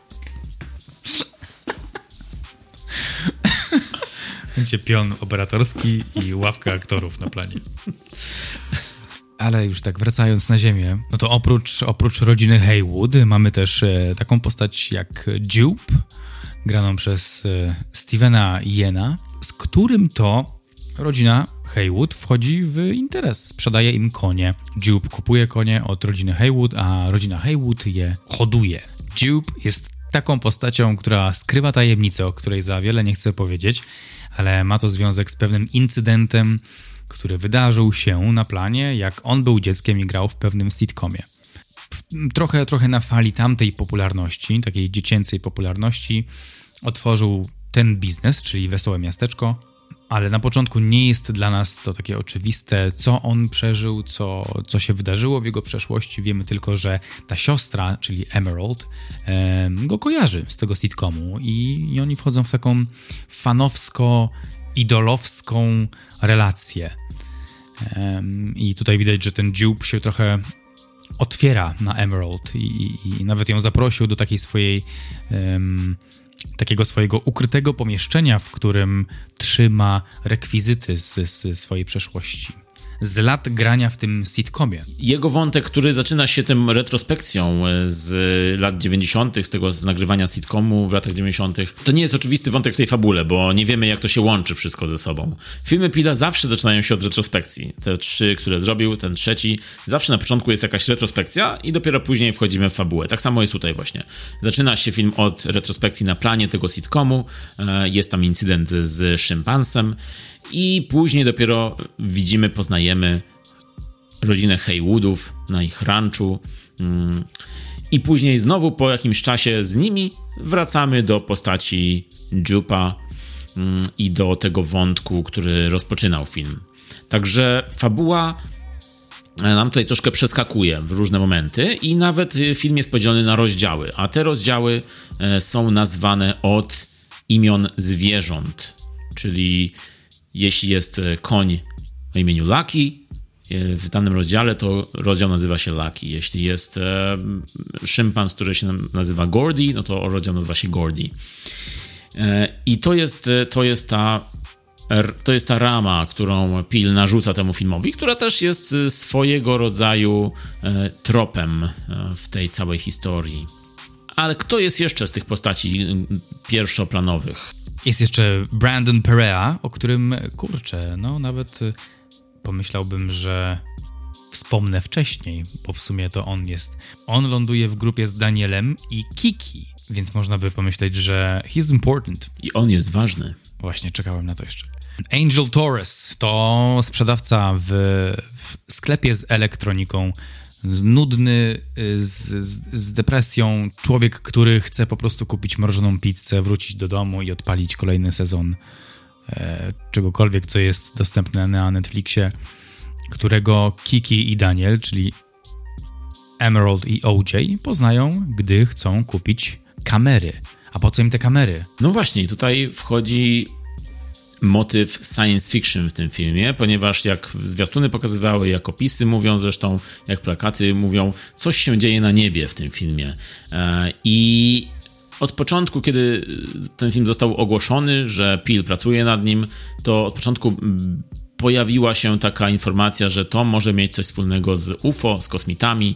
Będzie pion operatorski i ławka aktorów na planie. Ale już tak wracając na ziemię, no to oprócz rodziny Haywood mamy też taką postać jak Jupe, graną przez Stevena Yeana, z którym to rodzina Haywood wchodzi w interes, sprzedaje im konie. Jupe kupuje konie od rodziny Haywood, a rodzina Haywood je hoduje. Jupe jest taką postacią, która skrywa tajemnicę, o której za wiele nie chcę powiedzieć, ale ma to związek z pewnym incydentem, który wydarzył się na planie, jak on był dzieckiem i grał w pewnym sitcomie. Trochę na fali tamtej popularności, takiej dziecięcej popularności, otworzył ten biznes, czyli Wesołe Miasteczko, ale na początku nie jest dla nas to takie oczywiste, co on przeżył, co się wydarzyło w jego przeszłości. Wiemy tylko, że ta siostra, czyli Emerald, go kojarzy z tego sitcomu i oni wchodzą w taką fanowsko-idolowską relację. I tutaj widać, że ten Jupe się trochę otwiera na Emerald i nawet ją zaprosił do takiej takiego swojego ukrytego pomieszczenia, w którym trzyma rekwizyty z swojej przeszłości. Z lat grania w tym sitcomie. Jego wątek, który zaczyna się tym retrospekcją z lat 90., z nagrywania sitcomu w latach 90., to nie jest oczywisty wątek w tej fabule, bo nie wiemy, jak to się łączy wszystko ze sobą. Filmy Peela zawsze zaczynają się od retrospekcji. Te 3, które zrobił, ten trzeci, zawsze na początku jest jakaś retrospekcja i dopiero później wchodzimy w fabułę. Tak samo jest tutaj właśnie. Zaczyna się film od retrospekcji na planie tego sitcomu, jest tam incydent z szympansem, i później dopiero poznajemy rodzinę Haywoodów na ich ranchu. I później znowu po jakimś czasie z nimi wracamy do postaci Jupa i do tego wątku, który rozpoczynał film. Także fabuła nam tutaj troszkę przeskakuje w różne momenty i nawet film jest podzielony na rozdziały, a te rozdziały są nazwane od imion zwierząt, czyli jeśli jest koń o imieniu Lucky, w danym rozdziale to rozdział nazywa się Lucky. Jeśli jest szympans, który się nazywa Gordy, no to rozdział nazywa się Gordy. I to jest ta rama, którą Peele narzuca temu filmowi, która też jest swojego rodzaju tropem w tej całej historii. Ale kto jest jeszcze z tych postaci pierwszoplanowych? Jest jeszcze Brandon Perea, o którym, kurczę, no nawet pomyślałbym, że wspomnę wcześniej, bo w sumie to on jest. On ląduje w grupie z Danielem i Kiki, więc można by pomyśleć, że he's important. I on jest ważny. Właśnie, czekałem na to jeszcze. Angel Torres to sprzedawca w sklepie z elektroniką, nudny, z depresją, człowiek, który chce po prostu kupić mrożoną pizzę, wrócić do domu i odpalić kolejny sezon czegokolwiek, co jest dostępne na Netflixie, którego Kiki i Daniel, czyli Emerald i OJ, poznają, gdy chcą kupić kamery. A po co im te kamery? No właśnie, tutaj wchodzi motyw science fiction w tym filmie, ponieważ jak zwiastuny pokazywały, jak opisy mówią zresztą, jak plakaty mówią, coś się dzieje na niebie w tym filmie. I od początku, kiedy ten film został ogłoszony, że Peele pracuje nad nim, to od początku pojawiła się taka informacja, że to może mieć coś wspólnego z UFO, z kosmitami,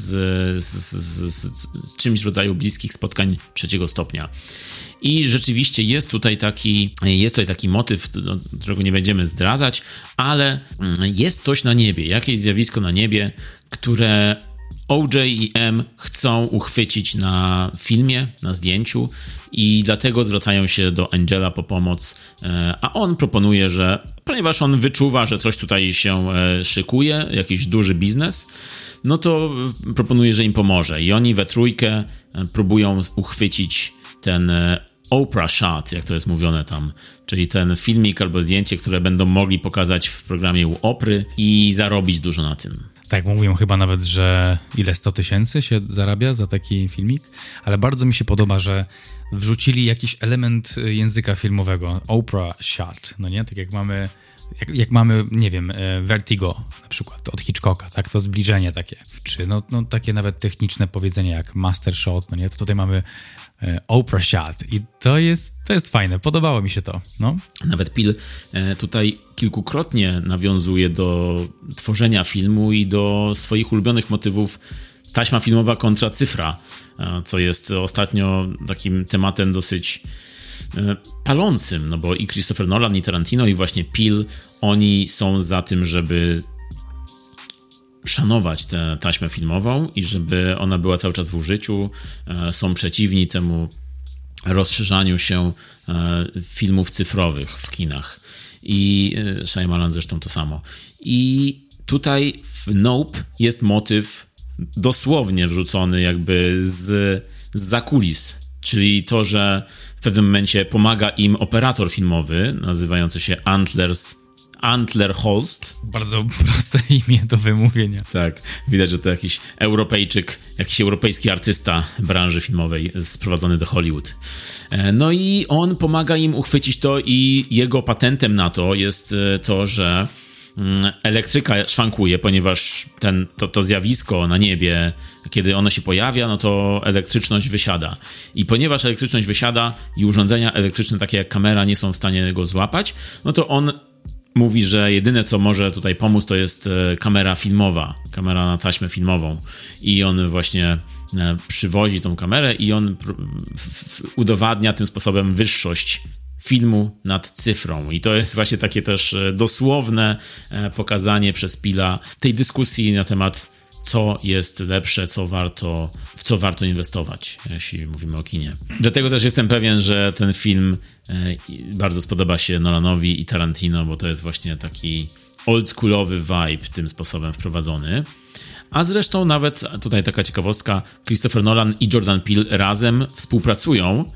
z czymś w rodzaju bliskich spotkań 3. stopnia. I rzeczywiście jest tutaj taki motyw, którego nie będziemy zdradzać, ale jest coś na niebie, jakieś zjawisko na niebie, które OJ i M chcą uchwycić na filmie, na zdjęciu i dlatego zwracają się do Angela po pomoc, a on proponuje, że ponieważ on wyczuwa, że coś tutaj się szykuje, jakiś duży biznes, no to proponuje, że im pomoże i oni we trójkę próbują uchwycić ten Oprah shot, jak to jest mówione tam, czyli ten filmik albo zdjęcie, które będą mogli pokazać w programie u Opry i zarobić dużo na tym. Tak, mówią chyba nawet, że 100 000 się zarabia za taki filmik, ale bardzo mi się podoba, że wrzucili jakiś element języka filmowego, Oprah shot, no nie? Tak jak mamy, nie wiem, Vertigo na przykład od Hitchcocka, tak? To zbliżenie takie, czy no takie nawet techniczne powiedzenie jak master shot, no nie? To tutaj mamy Oprah shot i to jest fajne, podobało mi się to, no. Nawet Peele tutaj kilkukrotnie nawiązuje do tworzenia filmu i do swoich ulubionych motywów taśma filmowa kontra cyfra, co jest ostatnio takim tematem dosyć palącym, no bo i Christopher Nolan, i Tarantino, i właśnie Peele, oni są za tym, żeby szanować tę taśmę filmową i żeby ona była cały czas w użyciu. Są przeciwni temu rozszerzaniu się filmów cyfrowych w kinach. I Shyamalan zresztą to samo. I tutaj w Nope jest motyw dosłownie wrzucony jakby z zakulis czyli to, że w pewnym momencie pomaga im operator filmowy nazywający się Antler Holst. Bardzo proste imię do wymówienia. Tak, widać, że to jakiś Europejczyk, jakiś europejski artysta branży filmowej sprowadzony do Hollywood. No i on pomaga im uchwycić to i jego patentem na to jest to, że elektryka szwankuje, ponieważ to zjawisko na niebie, kiedy ono się pojawia, no to elektryczność wysiada. I ponieważ elektryczność wysiada i urządzenia elektryczne, takie jak kamera, nie są w stanie go złapać, no to on mówi, że jedyne, co może tutaj pomóc, to jest kamera filmowa, kamera na taśmę filmową. I on właśnie przywozi tą kamerę i on udowadnia tym sposobem wyższość filmu nad cyfrą. I to jest właśnie takie też dosłowne pokazanie przez Peela tej dyskusji na temat, co jest lepsze, w co warto inwestować, jeśli mówimy o kinie. Dlatego też jestem pewien, że ten film bardzo spodoba się Nolanowi i Tarantino, bo to jest właśnie taki oldschoolowy vibe tym sposobem wprowadzony. A zresztą nawet, tutaj taka ciekawostka, Christopher Nolan i Jordan Peele razem współpracują,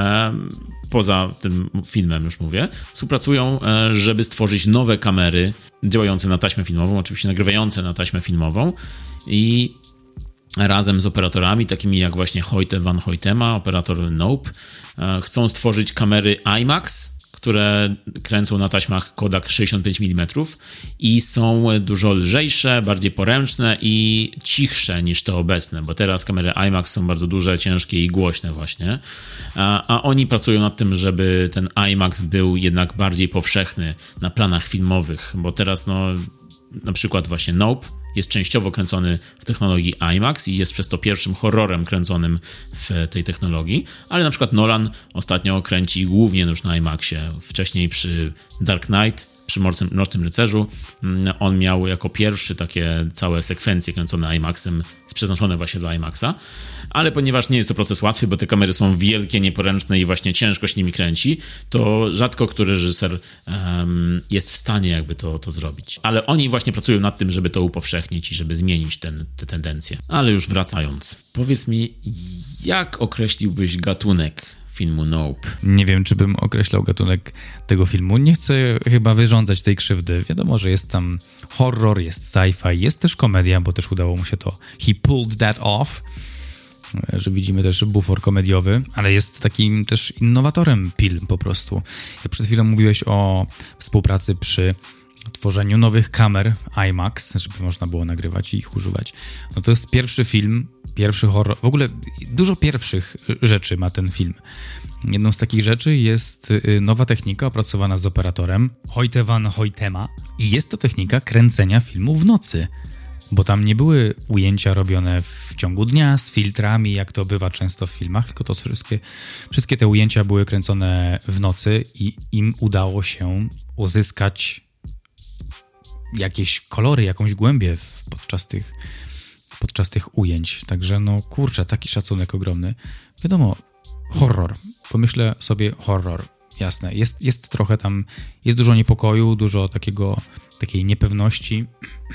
poza tym filmem już mówię, współpracują, żeby stworzyć nowe kamery działające na taśmę filmową, oczywiście nagrywające na taśmę filmową i razem z operatorami, takimi jak właśnie Hoyte van Hoytema, operator Nope, chcą stworzyć kamery IMAX, które kręcą na taśmach Kodak 65 mm i są dużo lżejsze, bardziej poręczne i cichsze niż te obecne, bo teraz kamery IMAX są bardzo duże, ciężkie i głośne właśnie, a oni pracują nad tym, żeby ten IMAX był jednak bardziej powszechny na planach filmowych, bo teraz na przykład właśnie Nope jest częściowo kręcony w technologii IMAX i jest przez to pierwszym horrorem kręconym w tej technologii, ale na przykład Nolan ostatnio kręci głównie już na IMAXie. Wcześniej przy Dark Knight, przy Mrocznym Rycerzu, on miał jako pierwszy takie całe sekwencje kręcone IMAXem, przeznaczone właśnie dla IMAXa, ale ponieważ nie jest to proces łatwy, bo te kamery są wielkie, nieporęczne i właśnie ciężko się nimi kręci, to rzadko który reżyser jest w stanie jakby to zrobić. Ale oni właśnie pracują nad tym, żeby to upowszechnić i żeby zmienić te tendencje. Ale już wracając, powiedz mi, jak określiłbyś gatunek filmu Nope? Nie wiem, czy bym określał gatunek tego filmu. Nie chcę chyba wyrządzać tej krzywdy. Wiadomo, że jest tam horror, jest sci-fi, jest też komedia, bo też udało mu się to. He pulled that off. Że widzimy też bufor komediowy, ale jest takim też innowatorem Peele po prostu. Jak przed chwilą mówiłeś o współpracy przy tworzeniu nowych kamer IMAX, żeby można było nagrywać i ich używać. No to jest pierwszy film, pierwszy horror, w ogóle dużo pierwszych rzeczy ma ten film. Jedną z takich rzeczy jest nowa technika opracowana z operatorem Hoyte van Hoytema i jest to technika kręcenia filmu w nocy, bo tam nie były ujęcia robione w ciągu dnia z filtrami, jak to bywa często w filmach, tylko to wszystkie te ujęcia były kręcone w nocy i im udało się uzyskać jakieś kolory, jakąś głębię podczas tych ujęć. Także kurczę, taki szacunek ogromny. Wiadomo, horror. Pomyślę sobie horror. Jasne, jest trochę tam, jest dużo niepokoju, dużo takiej niepewności,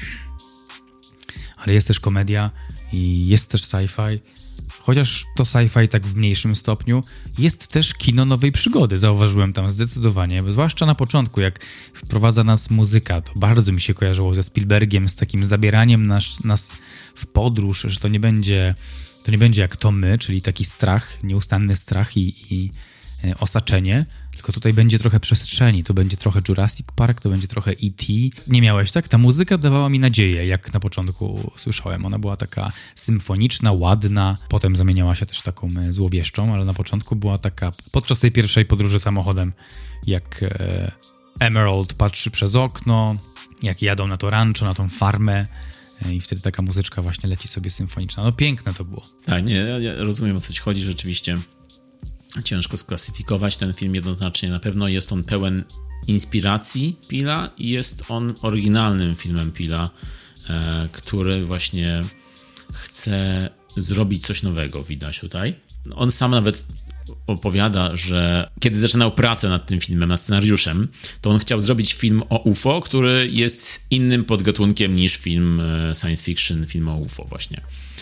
ale jest też komedia i jest też sci-fi. Chociaż to sci-fi tak w mniejszym stopniu, jest też kino nowej przygody. Zauważyłem tam zdecydowanie, zwłaszcza na początku, jak wprowadza nas muzyka. To bardzo mi się kojarzyło ze Spielbergiem, z takim zabieraniem nas w podróż, że to nie będzie jak To My, czyli taki strach, nieustanny strach i osaczenie, tylko tutaj będzie trochę przestrzeni, to będzie trochę Jurassic Park, to będzie trochę E.T. Nie miałeś, tak? Ta muzyka dawała mi nadzieję, jak na początku słyszałem. Ona była taka symfoniczna, ładna, potem zamieniała się też taką złowieszczą, ale na początku była taka, podczas tej pierwszej podróży samochodem, jak Emerald patrzy przez okno, jak jadą na to rancho, na tą farmę, i wtedy taka muzyczka właśnie leci sobie symfoniczna. Piękne to było. Tak, nie, ja rozumiem, o co ci chodzi, rzeczywiście. Ciężko sklasyfikować ten film jednoznacznie. Na pewno jest on pełen inspiracji Peela i jest on oryginalnym filmem Peela, który właśnie chce zrobić coś nowego, widać tutaj. On sam nawet opowiada, że kiedy zaczynał pracę nad tym filmem, nad scenariuszem, to on chciał zrobić film o UFO, który jest innym podgatunkiem niż film science fiction, film o UFO właśnie.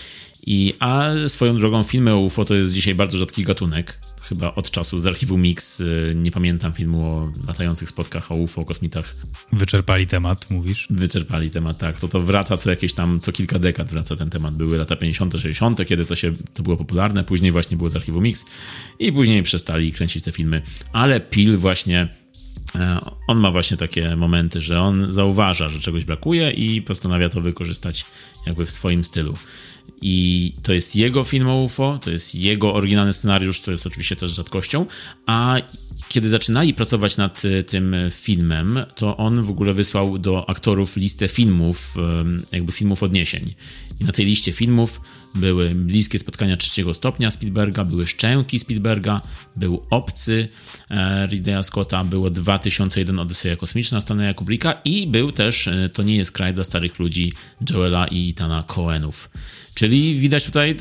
A swoją drogą filmy o UFO to jest dzisiaj bardzo rzadki gatunek. Chyba od czasu z archiwum Mix, nie pamiętam filmu o latających spotkach o UFO, o kosmitach. Wyczerpali temat, mówisz? Wyczerpali temat, tak. To wraca co kilka dekad wraca ten temat. Były lata 50., 60., kiedy to było popularne. Później właśnie było z archiwum Mix i później przestali kręcić te filmy. Ale Peele właśnie, on ma właśnie takie momenty, że on zauważa, że czegoś brakuje i postanawia to wykorzystać jakby w swoim stylu. I to jest jego film o UFO, to jest jego oryginalny scenariusz, co jest oczywiście też rzadkością, a kiedy zaczynali pracować nad tym filmem, to on w ogóle wysłał do aktorów listę filmów, jakby filmów odniesień. I na tej liście filmów były Bliskie spotkania trzeciego stopnia Spielberga, były Szczęki Spielberga, był Obcy Ridleya Scotta, było 2001 Odyseja kosmiczna Stanleya Kubricka i był też To nie jest kraj dla starych ludzi Joela i Ethana Coenów. Czyli widać tutaj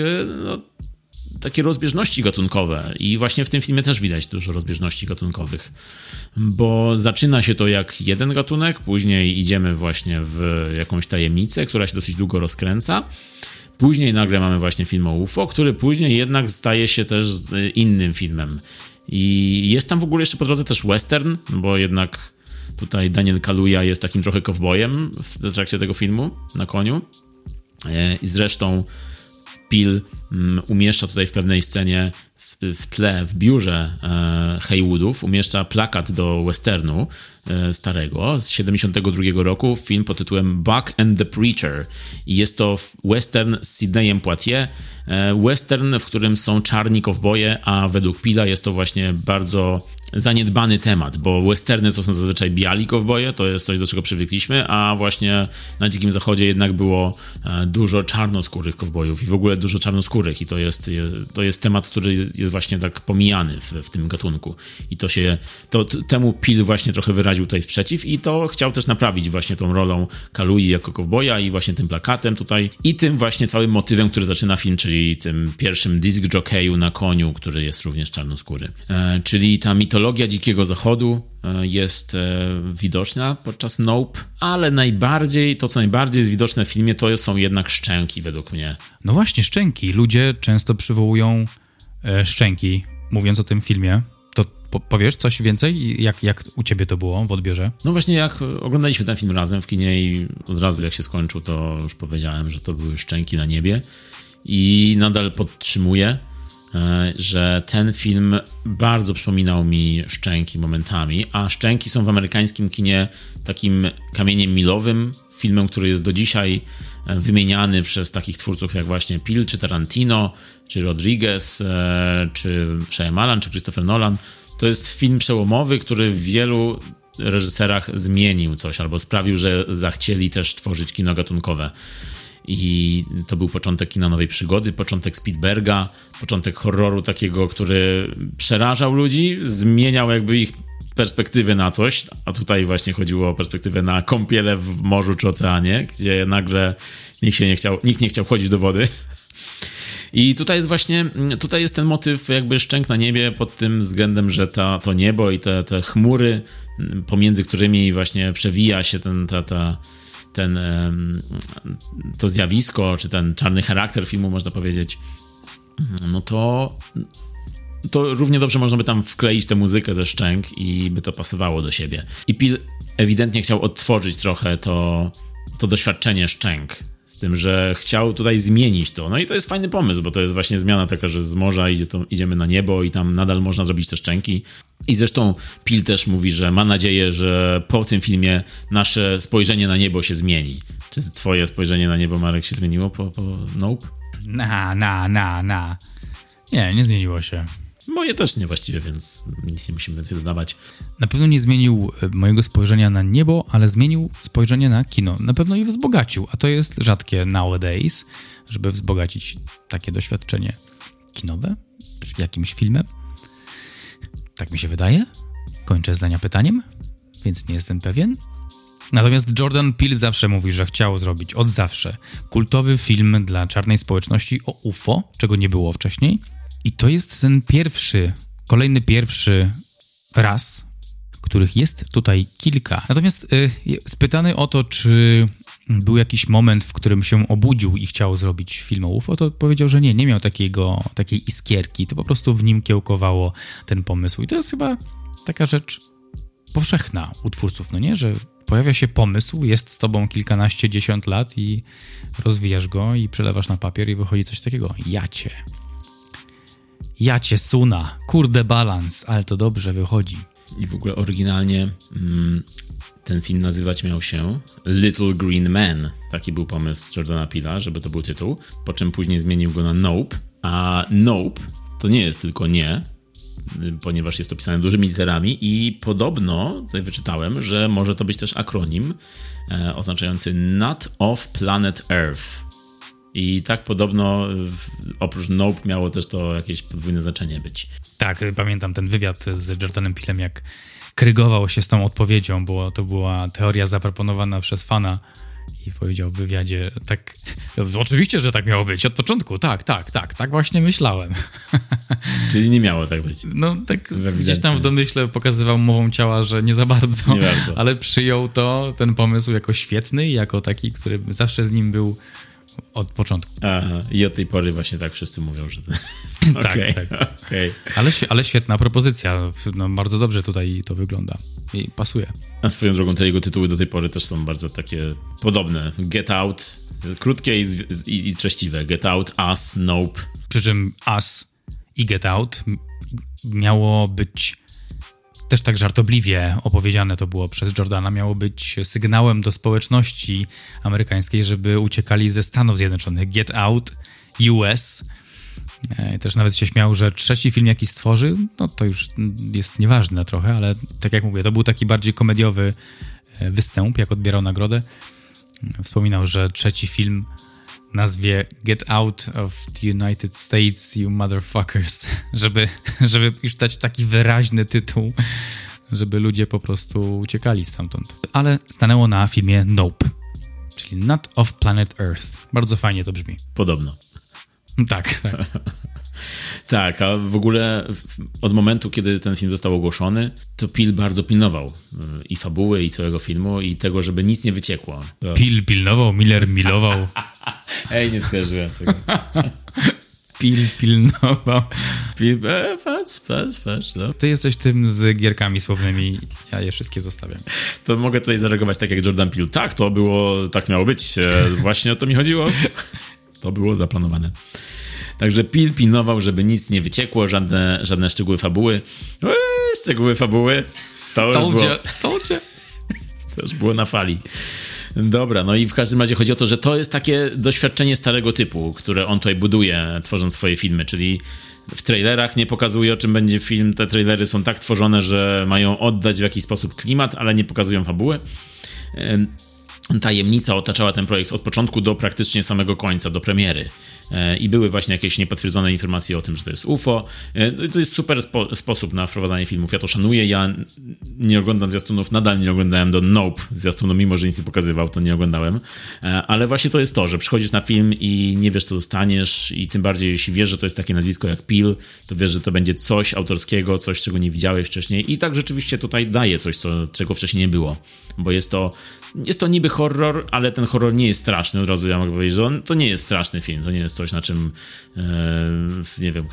takie rozbieżności gatunkowe i właśnie w tym filmie też widać dużo rozbieżności gatunkowych, bo zaczyna się to jak jeden gatunek, później idziemy właśnie w jakąś tajemnicę, która się dosyć długo rozkręca, później nagle mamy właśnie film o UFO, który później jednak staje się też innym filmem i jest tam w ogóle jeszcze po drodze też western, bo jednak tutaj Daniel Kaluuya jest takim trochę kowbojem w trakcie tego filmu na koniu. I zresztą Peele umieszcza tutaj w pewnej scenie w tle, w biurze Haywoodów, umieszcza plakat do westernu starego z 72 roku, film pod tytułem Buck and the Preacher. I jest to western z Sidneyem Poitier, western, w którym są czarni kowboje, a według Peela jest to właśnie bardzo zaniedbany temat, bo westerny to są zazwyczaj biali kowboje, to jest coś, do czego przywykliśmy, a właśnie na Dzikim Zachodzie jednak było dużo czarnoskórych kowbojów i w ogóle dużo czarnoskórych i to jest temat, który jest właśnie tak pomijany w tym gatunku i temu Peele właśnie trochę wyraził tutaj sprzeciw i to chciał też naprawić właśnie tą rolą Kaluuyi jako kowboja i właśnie tym plakatem tutaj i tym właśnie całym motywem, który zaczyna film, czyli tym pierwszym disc jockey'u na koniu, który jest również czarnoskóry. Czyli ta mitologia Dzikiego Zachodu jest widoczna podczas Nope, ale to, co najbardziej jest widoczne w filmie, to są jednak szczęki według mnie. No właśnie, szczęki. Ludzie często przywołują szczęki, mówiąc o tym filmie. To powiesz coś więcej? Jak u ciebie to było w odbiorze? No właśnie, jak oglądaliśmy ten film razem w kinie i od razu jak się skończył, to już powiedziałem, że to były szczęki na niebie i nadal podtrzymuję, że ten film bardzo przypominał mi Szczęki momentami, a Szczęki są w amerykańskim kinie takim kamieniem milowym, filmem, który jest do dzisiaj wymieniany przez takich twórców jak właśnie Peele, czy Tarantino, czy Rodriguez, czy Shyamalan, czy Christopher Nolan. To jest film przełomowy, który w wielu reżyserach zmienił coś, albo sprawił, że zachcieli też tworzyć kino gatunkowe. I to był początek kina nowej przygody, początek Spielberga, początek horroru takiego, który przerażał ludzi, zmieniał jakby ich perspektywy na coś, a tutaj właśnie chodziło o perspektywę na kąpiele w morzu czy oceanie, gdzie nagle nikt nie chciał wchodzić do wody. I tutaj jest ten motyw jakby szczęk na niebie pod tym względem, że to niebo i te chmury, pomiędzy którymi właśnie przewija się to zjawisko, czy ten czarny charakter filmu, można powiedzieć, no to równie dobrze można by tam wkleić tę muzykę ze szczęk i by to pasowało do siebie. I Peele ewidentnie chciał odtworzyć trochę to doświadczenie szczęk, z tym, że chciał tutaj zmienić to. No i to jest fajny pomysł, bo to jest właśnie zmiana taka, że z morza idziemy na niebo i tam nadal można zrobić te szczęki. I zresztą Peele też mówi, że ma nadzieję, że po tym filmie nasze spojrzenie na niebo się zmieni. Czy twoje spojrzenie na niebo, Marek, się zmieniło po Nope? Nie zmieniło się. Moje też nie właściwie, więc nic nie musimy więcej dodawać. Na pewno nie zmienił mojego spojrzenia na niebo, ale zmienił spojrzenie na kino. Na pewno je wzbogacił, a to jest rzadkie nowadays, żeby wzbogacić takie doświadczenie kinowe jakimś filmem. Tak mi się wydaje. Kończę zdania pytaniem, więc nie jestem pewien. Natomiast Jordan Peele zawsze mówi, że chciał zrobić od zawsze kultowy film dla czarnej społeczności o UFO, czego nie było wcześniej. I to jest ten kolejny pierwszy raz, których jest tutaj kilka. Natomiast spytany o to, czy był jakiś moment, w którym się obudził i chciał zrobić film o UFO, to powiedział, że nie miał takiej iskierki. To po prostu w nim kiełkowało ten pomysł. I to jest chyba taka rzecz powszechna u twórców, no nie? Że pojawia się pomysł, jest z tobą kilkanaście, 10 lat i rozwijasz go i przelewasz na papier i wychodzi coś takiego. Jacie suna, kurde balans, ale to dobrze wychodzi. I w ogóle oryginalnie ten film nazywać miał się Little Green Man. Taki był pomysł Jordana Peela, żeby to był tytuł, po czym później zmienił go na Nope. A Nope to nie jest tylko nie, ponieważ jest to pisane dużymi literami i podobno, tutaj wyczytałem, że może to być też akronim oznaczający Not of Planet Earth. I tak podobno oprócz Nope miało też to jakieś podwójne znaczenie być. Tak, pamiętam ten wywiad z Jordanem Peelem, jak krygował się z tą odpowiedzią, bo to była teoria zaproponowana przez fana i powiedział w wywiadzie, tak, oczywiście, że tak miało być, od początku, tak właśnie myślałem. Czyli nie miało tak być. No tak gdzieś tam w domyśle pokazywał mową ciała, że nie za bardzo, ale przyjął ten pomysł jako świetny i jako taki, który zawsze z nim był od początku. Aha, i od tej pory właśnie tak wszyscy mówią, że... Okay. Ale świetna propozycja. No, bardzo dobrze tutaj to wygląda i pasuje. A swoją drogą te jego tytuły do tej pory też są bardzo takie podobne. Get Out, krótkie i treściwe. Get Out, Us, Nope. Przy czym Us i Get Out miało być też tak żartobliwie opowiedziane to było przez Jordana, miało być sygnałem do społeczności amerykańskiej, żeby uciekali ze Stanów Zjednoczonych. Get Out, US. Też nawet się śmiał, że trzeci film, jaki stworzy, no to już jest nieważne trochę, ale tak jak mówię, to był taki bardziej komediowy występ, jak odbierał nagrodę. Wspominał, że trzeci film nazwie Get Out of the United States, you motherfuckers, żeby już dać taki wyraźny tytuł, żeby ludzie po prostu uciekali stamtąd. Ale stanęło na filmie Nope, czyli Not of Planet Earth. Bardzo fajnie to brzmi. Podobno. Tak. Tak, a w ogóle od momentu, kiedy ten film został ogłoszony, to Peel bardzo pilnował i fabuły, i całego filmu, i tego, żeby nic nie wyciekło. Peel pilnował, Miller milował. Ej, nie skojarzyłem tego. Peel pilnował. Patrz, no. Ty jesteś tym z gierkami słownymi, ja je wszystkie zostawiam. To mogę tutaj zareagować tak jak Jordan Peele. Tak, to było, tak miało być. Właśnie o to mi chodziło. To było zaplanowane. Także Peel pilnował, żeby nic nie wyciekło, żadne szczegóły fabuły. Szczegóły fabuły. To już było na fali. Dobra, no i w każdym razie chodzi o to, że to jest takie doświadczenie starego typu, które on tutaj buduje, tworząc swoje filmy, czyli w trailerach nie pokazuje, o czym będzie film. Te trailery są tak tworzone, że mają oddać w jakiś sposób klimat, ale nie pokazują fabuły. Tajemnica otaczała ten projekt od początku do praktycznie samego końca, do premiery. I były właśnie jakieś niepotwierdzone informacje o tym, że to jest UFO. To jest super sposób na wprowadzanie filmów. Ja to szanuję. Ja nie oglądam zwiastunów, nadal nie oglądałem do Nope zwiastunu, mimo że nic nie pokazywał, to nie oglądałem. Ale właśnie to jest to, że przychodzisz na film i nie wiesz, co dostaniesz, i tym bardziej, jeśli wiesz, że to jest takie nazwisko jak Peel, to wiesz, że to będzie coś autorskiego, coś, czego nie widziałeś wcześniej. I tak rzeczywiście tutaj daje coś, czego wcześniej nie było. Bo jest to niby horror, ale ten horror nie jest straszny. Od razu ja mogę powiedzieć, że to nie jest straszny film. To nie jest coś, na czym nie wiem,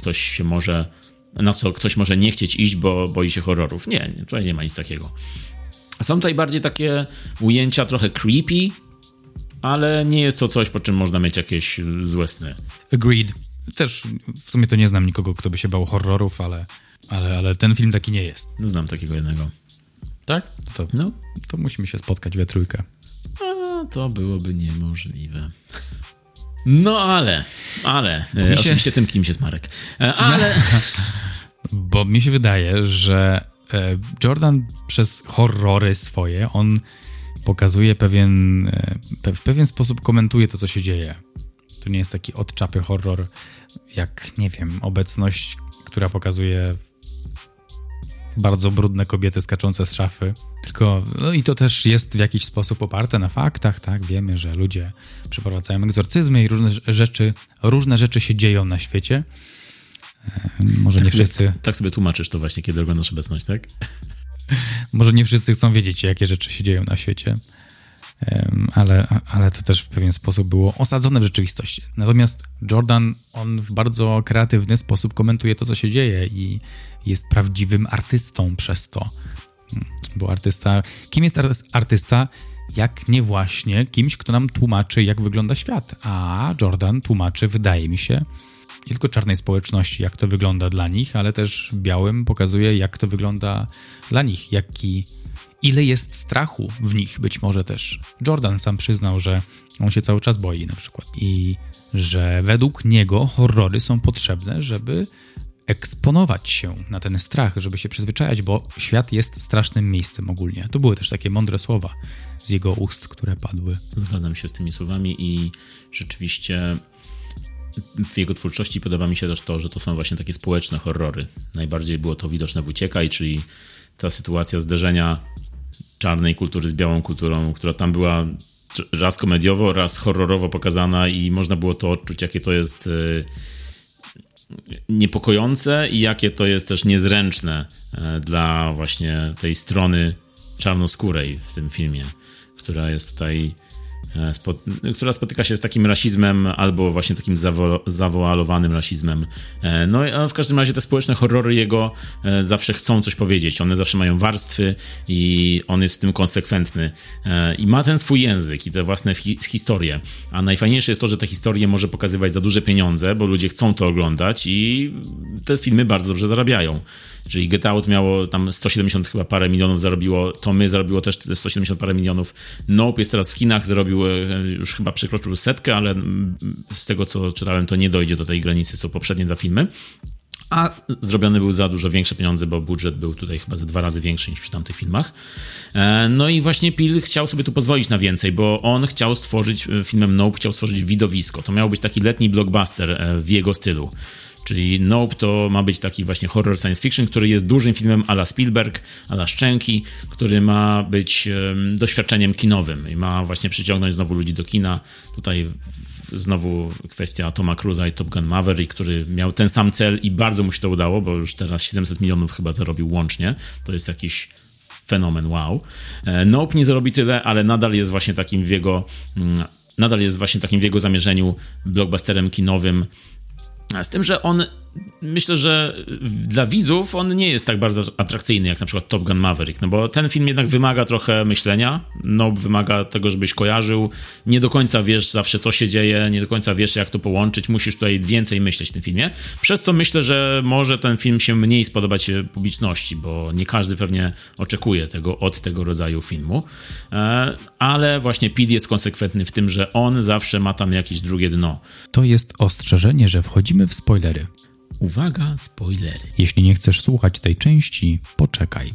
na co ktoś może nie chcieć iść, bo boi się horrorów. Nie, tutaj nie ma nic takiego. Są tutaj bardziej takie ujęcia trochę creepy, ale nie jest to coś, po czym można mieć jakieś złe sny. Agreed. Też w sumie to nie znam nikogo, kto by się bał horrorów, ale ten film taki nie jest. Znam takiego jednego. Tak? To musimy się spotkać we trójkę. A, to byłoby niemożliwe. No ale oczywiście tym kimś jest Marek. Ale... Bo mi się wydaje, że Jordan przez horrory swoje, on pokazuje w pewien sposób komentuje to, co się dzieje. To nie jest taki od czapy horror, jak, nie wiem, Obecność, która pokazuje bardzo brudne kobiety skaczące z szafy. Tylko, no i to też jest w jakiś sposób oparte na faktach, tak? Wiemy, że ludzie przeprowadzają egzorcyzmy i różne rzeczy się dzieją na świecie. Może tak nie wszyscy... Tak sobie tłumaczysz to właśnie, kiedy oglądasz Obecność, tak? Może nie wszyscy chcą wiedzieć, jakie rzeczy się dzieją na świecie. ale to też w pewien sposób było osadzone w rzeczywistości. Natomiast Jordan, on w bardzo kreatywny sposób komentuje to, co się dzieje i jest prawdziwym artystą przez to. Bo artysta... Kim jest artysta? Jak nie właśnie kimś, kto nam tłumaczy, jak wygląda świat. A Jordan tłumaczy, wydaje mi się, nie tylko czarnej społeczności, jak to wygląda dla nich, ale też białym pokazuje, jak to wygląda dla nich, ile jest strachu w nich być może też. Jordan sam przyznał, że on się cały czas boi na przykład i że według niego horrory są potrzebne, żeby eksponować się na ten strach, żeby się przyzwyczajać, bo świat jest strasznym miejscem ogólnie. To były też takie mądre słowa z jego ust, które padły. Zgadzam się z tymi słowami i rzeczywiście w jego twórczości podoba mi się też to, że to są właśnie takie społeczne horrory. Najbardziej było to widoczne w Uciekaj, czyli ta sytuacja zderzenia czarnej kultury z białą kulturą, która tam była raz komediowo, raz horrorowo pokazana i można było to odczuć, jakie to jest niepokojące i jakie to jest też niezręczne dla właśnie tej strony czarnoskórej w tym filmie, która jest tutaj która spotyka się z takim rasizmem albo właśnie takim zawoalowanym rasizmem. No a w każdym razie te społeczne horrory jego zawsze chcą coś powiedzieć. One zawsze mają warstwy i on jest w tym konsekwentny. I ma ten swój język i te własne historie. A najfajniejsze jest to, że te historie może pokazywać za duże pieniądze, bo ludzie chcą to oglądać i te filmy bardzo dobrze zarabiają. Czyli Get Out miało tam 170 chyba parę milionów zarobiło, to my zarobiło też 170 parę milionów. Nope jest teraz w kinach, zarobił, już chyba przekroczył 100, ale z tego co czytałem, to nie dojdzie do tej granicy, co poprzednie dwa filmy. A zrobiony był za dużo większe pieniądze, bo budżet był tutaj chyba ze 2 razy większy niż przy tamtych filmach. No i właśnie Peele chciał sobie tu pozwolić na więcej, bo on chciał stworzyć, filmem Nope chciał stworzyć widowisko. To miał być taki letni blockbuster w jego stylu. Czyli Nope to ma być taki właśnie horror science fiction, który jest dużym filmem a la Spielberg, a la Szczęki, który ma być doświadczeniem kinowym i ma właśnie przyciągnąć znowu ludzi do kina. Tutaj znowu kwestia Toma Cruise'a i Top Gun Maverick, który miał ten sam cel i bardzo mu się to udało, bo już teraz 700 milionów chyba zarobił łącznie. To jest jakiś fenomen, wow. Nope nie zarobi tyle, ale nadal jest właśnie takim w jego zamierzeniu blockbusterem kinowym. Z tym, że on, myślę, że dla widzów on nie jest tak bardzo atrakcyjny jak na przykład Top Gun Maverick, no bo ten film jednak wymaga trochę myślenia, no wymaga tego, żebyś kojarzył, nie do końca wiesz zawsze co się dzieje, nie do końca wiesz jak to połączyć, musisz tutaj więcej myśleć w tym filmie, przez co myślę, że może ten film się mniej spodobać publiczności, bo nie każdy pewnie oczekuje tego od tego rodzaju filmu, ale właśnie Peele jest konsekwentny w tym, że on zawsze ma tam jakieś drugie dno. To jest ostrzeżenie, że wchodzimy w spoilery. Uwaga, spoilery. Jeśli nie chcesz słuchać tej części, poczekaj.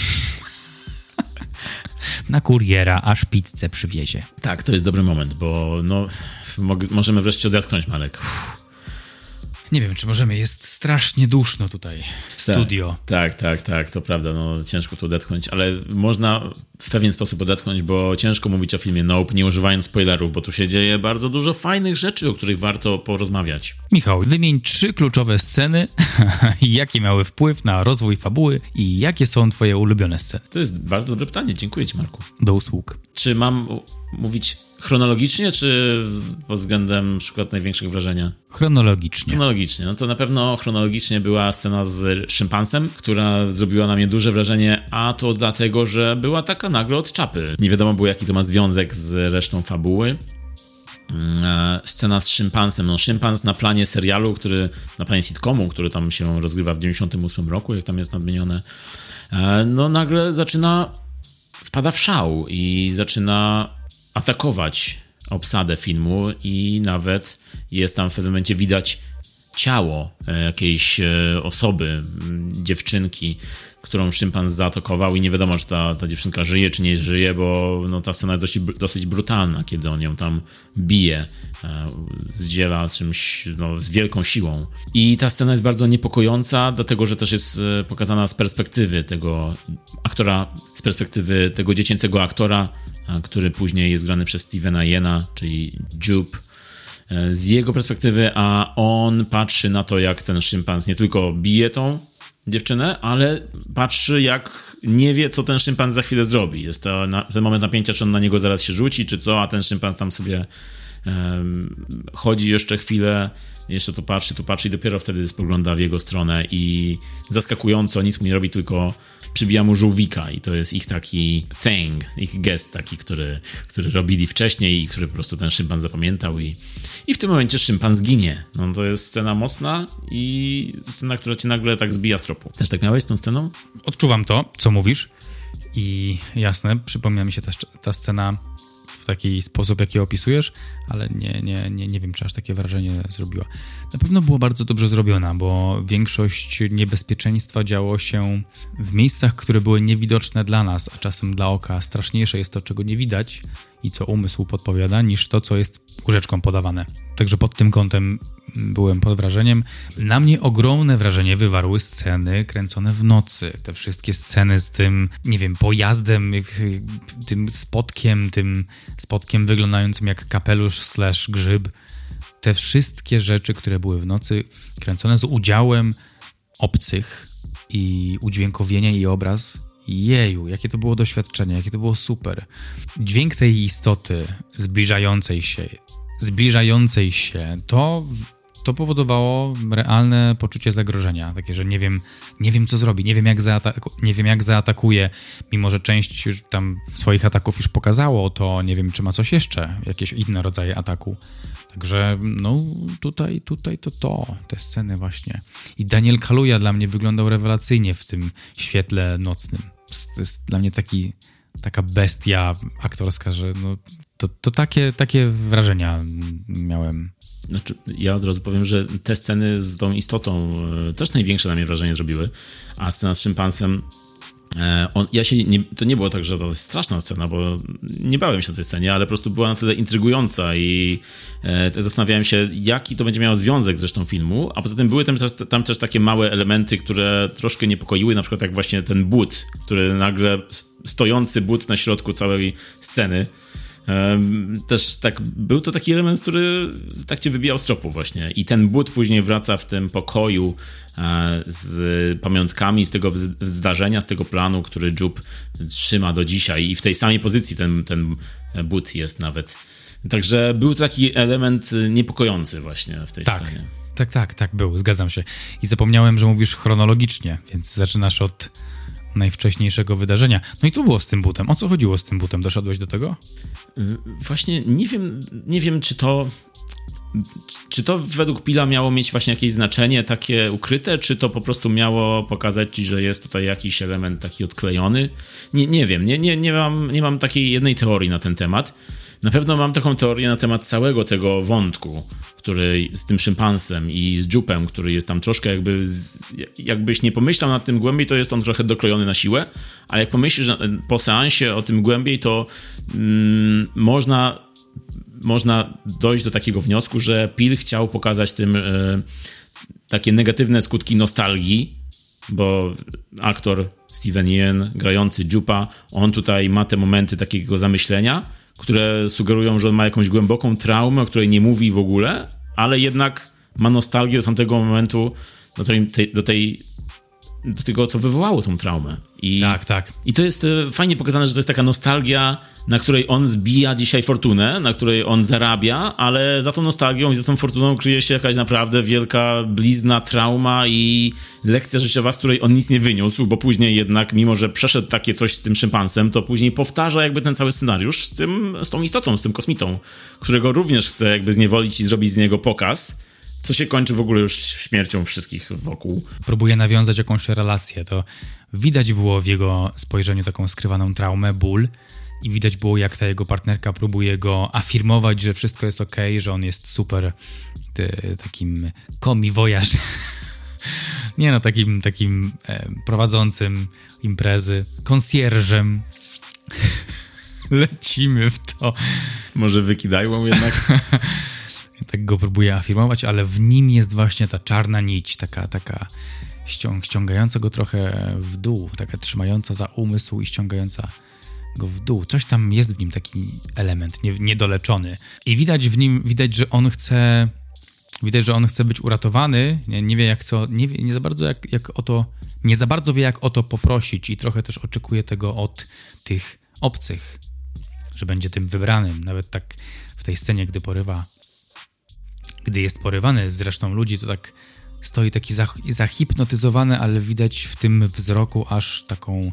Na kuriera, aż pizzę przywiezie. Tak, to jest dobry moment, bo no, możemy wreszcie odetchnąć, Marek. Nie wiem, czy możemy, jest strasznie duszno tutaj w studio. Tak, to prawda, no ciężko tu odetchnąć, ale można w pewien sposób odetchnąć, bo ciężko mówić o filmie Nope, nie używając spoilerów, bo tu się dzieje bardzo dużo fajnych rzeczy, o których warto porozmawiać. Michał, wymień 3 kluczowe sceny, jakie miały wpływ na rozwój fabuły i jakie są twoje ulubione sceny? To jest bardzo dobre pytanie, dziękuję ci, Marku. Do usług. Czy mam mówić chronologicznie, czy pod względem na przykład największych wrażenia? Chronologicznie. Chronologicznie. No to na pewno chronologicznie była scena z szympansem, która zrobiła na mnie duże wrażenie, a to dlatego, że była taka nagle od czapy. Nie wiadomo było, jaki to ma związek z resztą fabuły. Scena z szympansem. No, szympans na planie serialu, na planie sitcomu, który tam się rozgrywa w 98 roku, jak tam jest nadmienione, no nagle wpada w szał i zaczyna atakować obsadę filmu i nawet jest tam w pewnym momencie widać ciało jakiejś osoby, dziewczynki, którą szympans zaatakował i nie wiadomo, czy ta dziewczynka żyje, czy nie żyje, bo no, ta scena jest dosyć brutalna, kiedy on ją tam bije, zdziela czymś z wielką siłą. I ta scena jest bardzo niepokojąca, dlatego, że też jest pokazana z perspektywy tego aktora, z perspektywy tego dziecięcego aktora, który później jest grany przez Stevena Yena, czyli Jupe. Z jego perspektywy, a on patrzy na to, jak ten szympans nie tylko bije tą dziewczynę, ale patrzy, jak nie wie, co ten szympan za chwilę zrobi. Jest to ten moment napięcia, czy on na niego zaraz się rzuci, czy co, a ten szympan tam sobie chodzi jeszcze chwilę, jeszcze tu patrzy i dopiero wtedy spogląda w jego stronę i zaskakująco nic mu nie robi, tylko przybija mu żółwika i to jest ich taki thing, ich gest taki, który robili wcześniej i który po prostu ten szympan zapamiętał i w tym momencie szympan zginie. No to jest scena mocna i scena, która cię nagle tak zbija z tropu. Też tak miałeś z tą sceną? Odczuwam to, co mówisz i jasne, przypomina mi się ta scena w taki sposób, jaki opisujesz, ale nie wiem, czy aż takie wrażenie zrobiła. Na pewno była bardzo dobrze zrobiona, bo większość niebezpieczeństwa działo się w miejscach, które były niewidoczne dla nas, a czasem dla oka. Straszniejsze jest to, czego nie widać i co umysł podpowiada, niż to, co jest łyżeczką podawane. Także pod tym kątem byłem pod wrażeniem. Na mnie ogromne wrażenie wywarły sceny kręcone w nocy. Te wszystkie sceny z tym, nie wiem, pojazdem, tym spotkiem wyglądającym jak kapelusz / grzyb. Te wszystkie rzeczy, które były w nocy kręcone z udziałem obcych i udźwiękowienia i obraz. Jeju, jakie to było doświadczenie, jakie to było super. Dźwięk tej istoty zbliżającej się, to powodowało realne poczucie zagrożenia. Takie, że nie wiem co zrobi, nie wiem jak zaatakuje, mimo że część już tam swoich ataków już pokazało, to nie wiem, czy ma coś jeszcze, jakieś inne rodzaje ataku. Także no tutaj te sceny właśnie. I Daniel Kaluuya dla mnie wyglądał rewelacyjnie w tym świetle nocnym. To jest dla mnie taka bestia aktorska, że no, to takie wrażenia miałem. Znaczy, ja od razu powiem, że te sceny z tą istotą też największe na mnie wrażenie zrobiły, a scena z szympansem, to nie było tak, że to jest straszna scena, bo nie bałem się na tej scenie, ale po prostu była na tyle intrygująca i zastanawiałem się, jaki to będzie miało związek z resztą filmu, a poza tym były tam też takie małe elementy, które troszkę niepokoiły, na przykład jak właśnie ten but, który nagle, stojący but na środku całej sceny, też tak, był to taki element, który tak cię wybijał z tropu właśnie i ten but później wraca w tym pokoju z pamiątkami z tego zdarzenia, z tego planu, który Jup trzyma do dzisiaj i w tej samej pozycji ten but jest nawet. Także był to taki element niepokojący właśnie w tej scenie. Tak, był, zgadzam się. I zapomniałem, że mówisz chronologicznie, więc zaczynasz od najwcześniejszego wydarzenia. No i co było z tym butem? O co chodziło z tym butem? Doszedłeś do tego? Właśnie nie wiem, czy to według Pila miało mieć właśnie jakieś znaczenie takie ukryte, czy to po prostu miało pokazać ci, że jest tutaj jakiś element taki odklejony? Nie wiem, nie mam takiej jednej teorii na ten temat. Na pewno mam taką teorię na temat całego tego wątku, który z tym szympansem i z Jupem, który jest tam troszkę jakbyś nie pomyślał nad tym głębiej, to jest on trochę dokrojony na siłę, ale jak pomyślisz po seansie o tym głębiej, to można dojść do takiego wniosku, że Peele chciał pokazać tym takie negatywne skutki nostalgii, bo aktor Steven Yeun, grający Jupa, on tutaj ma te momenty takiego zamyślenia, które sugerują, że on ma jakąś głęboką traumę, o której nie mówi w ogóle, ale jednak ma nostalgię do tamtego momentu, do tego, co wywołało tą traumę. Tak. I to jest fajnie pokazane, że to jest taka nostalgia, na której on zbija dzisiaj fortunę, na której on zarabia, ale za tą nostalgią i za tą fortuną kryje się jakaś naprawdę wielka blizna, trauma i lekcja życiowa, z której on nic nie wyniósł, bo później jednak, mimo że przeszedł takie coś z tym szympansem, to później powtarza jakby ten cały scenariusz z tą istotą, z tym kosmitą, którego również chce jakby zniewolić i zrobić z niego pokaz, co się kończy w ogóle już śmiercią wszystkich wokół. Próbuje nawiązać jakąś relację, to widać było w jego spojrzeniu taką skrywaną traumę, ból i widać było, jak ta jego partnerka próbuje go afirmować, że wszystko jest okej, że on jest super takim komiwojaż. Nie no, takim prowadzącym imprezy, konsjerżem. Lecimy w to. Może wykidajło jednak? Tak go próbuje afirmować, ale w nim jest właśnie ta czarna nić, taka ściągająca go trochę w dół, taka trzymająca za umysł i ściągająca go w dół. Coś tam jest w nim, taki element niedoleczony. I widać, że on chce być uratowany, nie wie jak co, nie za bardzo jak o to nie za bardzo wie, jak o to poprosić i trochę też oczekuje tego od tych obcych, że będzie tym wybranym. Nawet tak w tej scenie, gdy jest porywany z resztą ludzi, to tak stoi taki zahipnotyzowany, ale widać w tym wzroku aż taką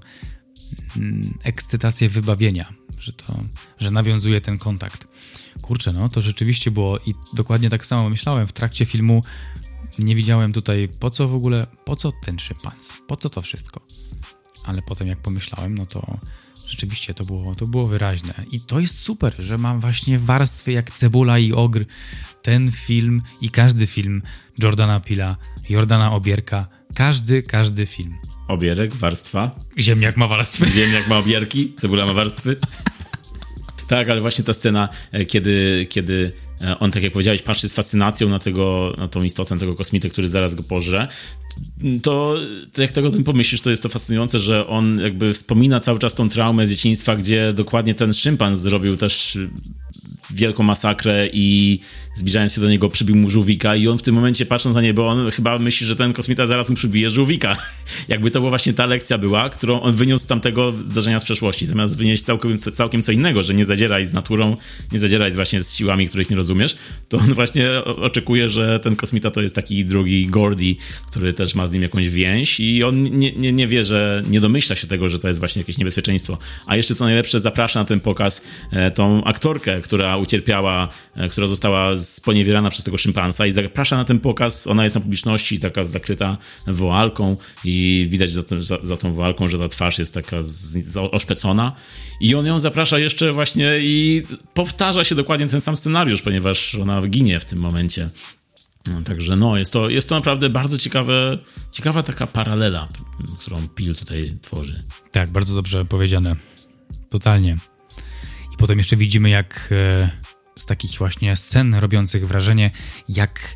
ekscytację wybawienia, że nawiązuje ten kontakt. Kurczę, no to rzeczywiście było i dokładnie tak samo myślałem. W trakcie filmu nie widziałem tutaj po co ten szympans, po co to wszystko. Ale potem jak pomyślałem, no to rzeczywiście to było wyraźne. I to jest super, że mam właśnie warstwy jak Cebula i Ogr. Ten film i każdy film Jordana Peele'a, Jordana Obierka, każdy film. Obierek, warstwa. Ziemniak ma warstwy. Ziemniak ma obierki, cebula ma warstwy. Tak, ale właśnie ta scena, kiedy on, tak jak powiedziałeś, patrzy z fascynacją na tą istotę, tego kosmitę, który zaraz go pożre, to jak tego o tym pomyślisz, to jest to fascynujące, że on jakby wspomina cały czas tą traumę z dzieciństwa, gdzie dokładnie ten szympans zrobił też wielką masakrę i zbliżając się do niego przybił mu żółwika i on w tym momencie, patrząc na niebo, on chyba myśli, że ten kosmita zaraz mu przybije żółwika. Jakby to była właśnie ta lekcja była, którą on wyniósł z tamtego zdarzenia z przeszłości, zamiast wynieść całkiem co innego, że nie zadzieraj z naturą, nie zadzieraj właśnie z siłami, których nie rozumiesz, to on właśnie oczekuje, że ten kosmita to jest taki drugi Gordy, który też ma z nim jakąś więź i on nie wie, że nie domyśla się tego, że to jest właśnie jakieś niebezpieczeństwo. A jeszcze co najlepsze, zaprasza na ten pokaz tą aktorkę, która ucierpiała, która została sponiewierana przez tego szympansa i zaprasza na ten pokaz. Ona jest na publiczności taka zakryta woalką i widać za tą woalką, że ta twarz jest taka oszpecona i on ją zaprasza jeszcze właśnie i powtarza się dokładnie ten sam scenariusz, ponieważ ona ginie w tym momencie. No, także no, jest to naprawdę bardzo ciekawa taka paralela, którą Peele tutaj tworzy. Tak, bardzo dobrze powiedziane. Totalnie. I potem jeszcze widzimy, jak z takich właśnie scen robiących wrażenie, jak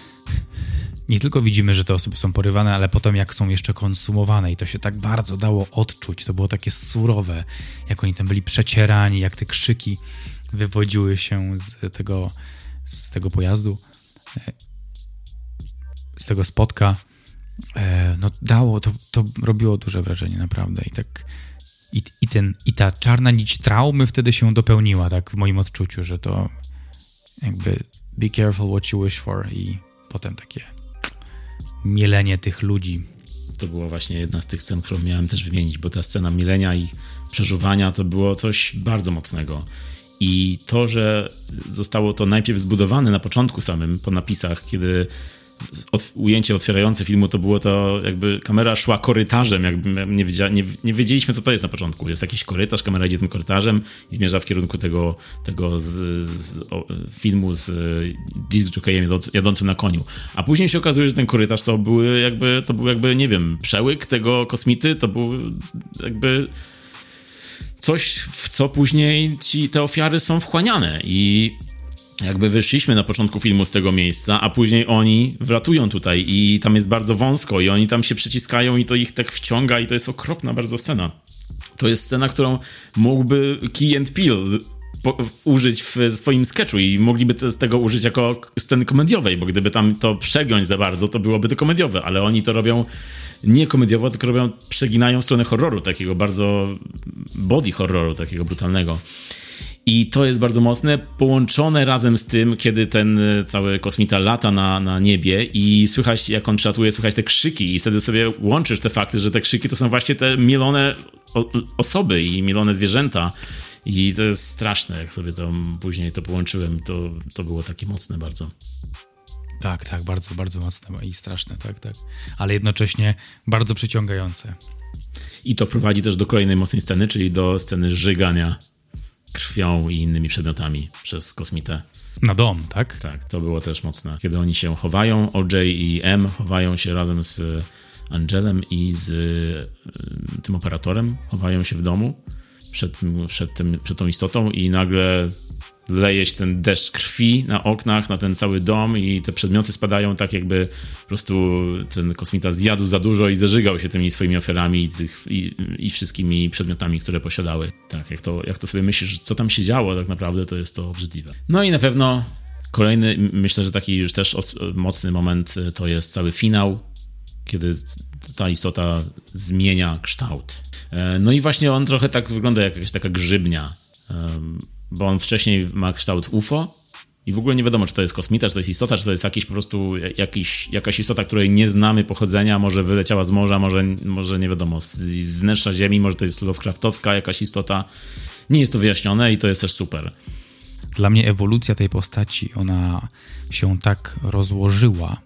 nie tylko widzimy, że te osoby są porywane, ale potem jak są jeszcze konsumowane i to się tak bardzo dało odczuć. To było takie surowe, jak oni tam byli przecierani, jak te krzyki wywodziły się z tego pojazdu, z tego spotka. No to robiło duże wrażenie, naprawdę. I tak i ta czarna nić traumy wtedy się dopełniła, tak w moim odczuciu, że to jakby be careful what you wish for i potem takie mielenie tych ludzi. To była właśnie jedna z tych scen, którą miałem też wymienić, bo ta scena mielenia i przeżuwania to było coś bardzo mocnego. I to, że zostało to najpierw zbudowane na początku samym, po napisach, kiedy ujęcie otwierające filmu to było to, jakby kamera szła korytarzem, jakby nie wiedzieliśmy, co to jest na początku. Jest jakiś korytarz, kamera idzie tym korytarzem i zmierza w kierunku tego filmu z disc jockeyem jadącym na koniu. A później się okazuje, że ten korytarz to był jakby, nie wiem, przełyk tego kosmity, to był jakby coś, w co później te ofiary są wchłaniane i jakby wyszliśmy na początku filmu z tego miejsca, a później oni wlatują tutaj i tam jest bardzo wąsko i oni tam się przyciskają i to ich tak wciąga i to jest okropna bardzo scena. To jest scena, którą mógłby Key and Peele użyć w swoim sketchu i mogliby z tego użyć jako sceny komediowej, bo gdyby tam to przegiąć za bardzo, to byłoby to komediowe, ale oni to robią nie komediowo, tylko przeginają w stronę horroru, takiego bardzo body horroru, takiego brutalnego. I to jest bardzo mocne, połączone razem z tym, kiedy ten cały kosmita lata na niebie i słychać, jak on przelatuje, słychać te krzyki i wtedy sobie łączysz te fakty, że te krzyki to są właśnie te mielone osoby i mielone zwierzęta. I to jest straszne, jak sobie to później to połączyłem, to było takie mocne bardzo. Tak, bardzo, bardzo mocne i straszne, tak. Ale jednocześnie bardzo przyciągające. I to prowadzi też do kolejnej mocnej sceny, czyli do sceny żygania krwią i innymi przedmiotami przez kosmitę. Na dom, tak? Tak, to było też mocne. Kiedy oni się chowają, OJ i M chowają się razem z Angelem i z tym operatorem, chowają się w domu przed tą istotą i nagle leje się ten deszcz krwi na oknach, na ten cały dom i te przedmioty spadają tak, jakby po prostu ten kosmita zjadł za dużo i zażygał się tymi swoimi ofiarami i wszystkimi przedmiotami, które posiadały. Tak, jak to sobie myślisz, co tam się działo tak naprawdę, to jest to obrzydliwe. No i na pewno kolejny, myślę, że taki już też mocny moment to jest cały finał, kiedy ta istota zmienia kształt. No i właśnie on trochę tak wygląda jak jakaś taka grzybnia, bo on wcześniej ma kształt UFO i w ogóle nie wiadomo, czy to jest kosmita, czy to jest istota, czy to jest jakiś po prostu jakaś istota, której nie znamy pochodzenia, może wyleciała z morza, może nie wiadomo, z wnętrza Ziemi, może to jest Lovecraftowska jakaś istota. Nie jest to wyjaśnione i to jest też super. Dla mnie ewolucja tej postaci, ona się tak rozłożyła,